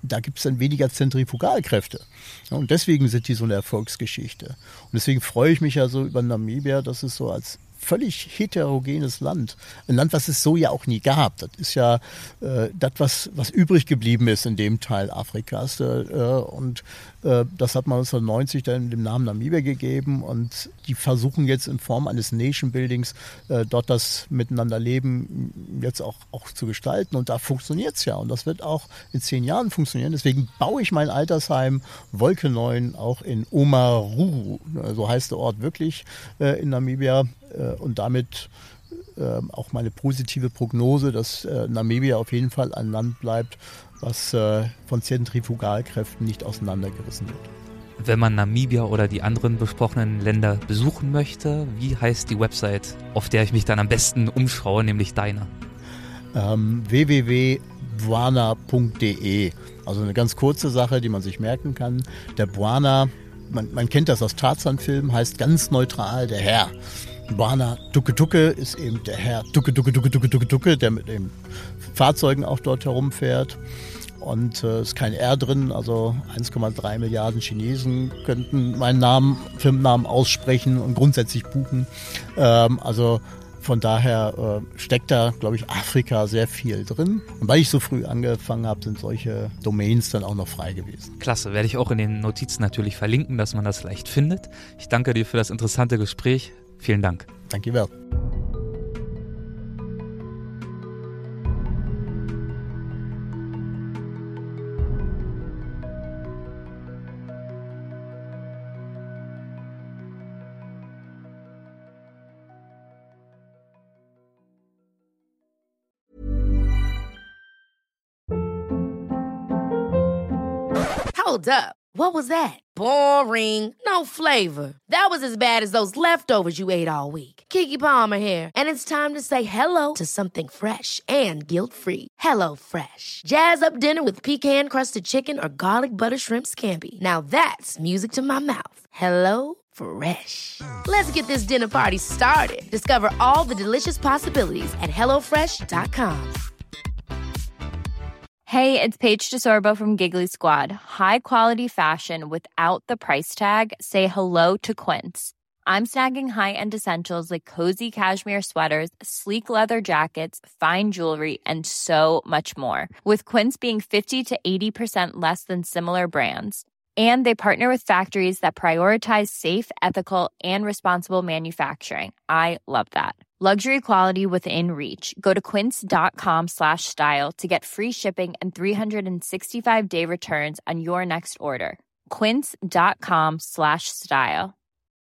da gibt es dann weniger Zentrifugalkräfte. Ja, und deswegen sind die so eine Erfolgsgeschichte. Und deswegen freue ich mich ja so über Namibia, dass es so als völlig heterogenes Land, ein Land, was es so ja auch nie gab. Das ist ja äh, das, was, was übrig geblieben ist in dem Teil Afrikas. Äh, und äh, das hat man neunzehnhundertneunzig dann dem Namen Namibia gegeben. Und die versuchen jetzt in Form eines Nation Buildings äh, dort das Miteinanderleben jetzt auch, auch zu gestalten. Und da funktioniert es ja. Und das wird auch in zehn Jahren funktionieren. Deswegen baue ich mein Altersheim Wolke neun auch in Omaruru. So heißt der Ort wirklich äh, in Namibia. Und damit äh, auch meine positive Prognose, dass äh, Namibia auf jeden Fall ein Land bleibt, was äh, von Zentrifugalkräften nicht auseinandergerissen wird. Wenn man Namibia oder die anderen besprochenen Länder besuchen möchte, wie heißt die Website, auf der ich mich dann am besten umschaue, nämlich deine? Ähm, w w w punkt bwana punkt d e. Also eine ganz kurze Sache, die man sich merken kann. Der Bwana, man, man kennt das aus Tarzan-Filmen, heißt ganz neutral der Herr. Bwana Dukke Dukke ist eben der Herr Dukke Dukke Dukke Dukke Dukke Dukke, der mit den Fahrzeugen auch dort herumfährt. Und es äh, ist kein R drin, also eins Komma drei Milliarden Chinesen könnten meinen Namen, Firmennamen aussprechen und grundsätzlich buchen. Ähm, also von daher äh, steckt da, glaube ich, Afrika sehr viel drin. Und weil ich so früh angefangen habe, sind solche Domains dann auch noch frei gewesen. Klasse, werde ich auch in den Notizen natürlich verlinken, dass man das leicht findet. Ich danke dir für das interessante Gespräch. Vielen Dank. Danke sehr. Hold up. What was that? Boring. No flavor. That was as bad as those leftovers you ate all week. Keke Palmer here. And it's time to say hello to something fresh and guilt-free. Hello Fresh. Jazz up dinner with pecan-crusted chicken or garlic butter shrimp scampi. Now that's music to my mouth. Hello Fresh. Let's get this dinner party started. Discover all the delicious possibilities at hello fresh dot com. Hey, it's Paige DeSorbo from Giggly Squad. High quality fashion without the price tag. Say hello to Quince. I'm snagging high-end essentials like cozy cashmere sweaters, sleek leather jackets, fine jewelry, and so much more. With Quince being fifty to eighty percent less than similar brands. And they partner with factories that prioritize safe, ethical, and responsible manufacturing. I love that. Luxury quality within reach. Go to quince.com slash style to get free shipping and three sixty-five day returns on your next order. Quince.com slash style.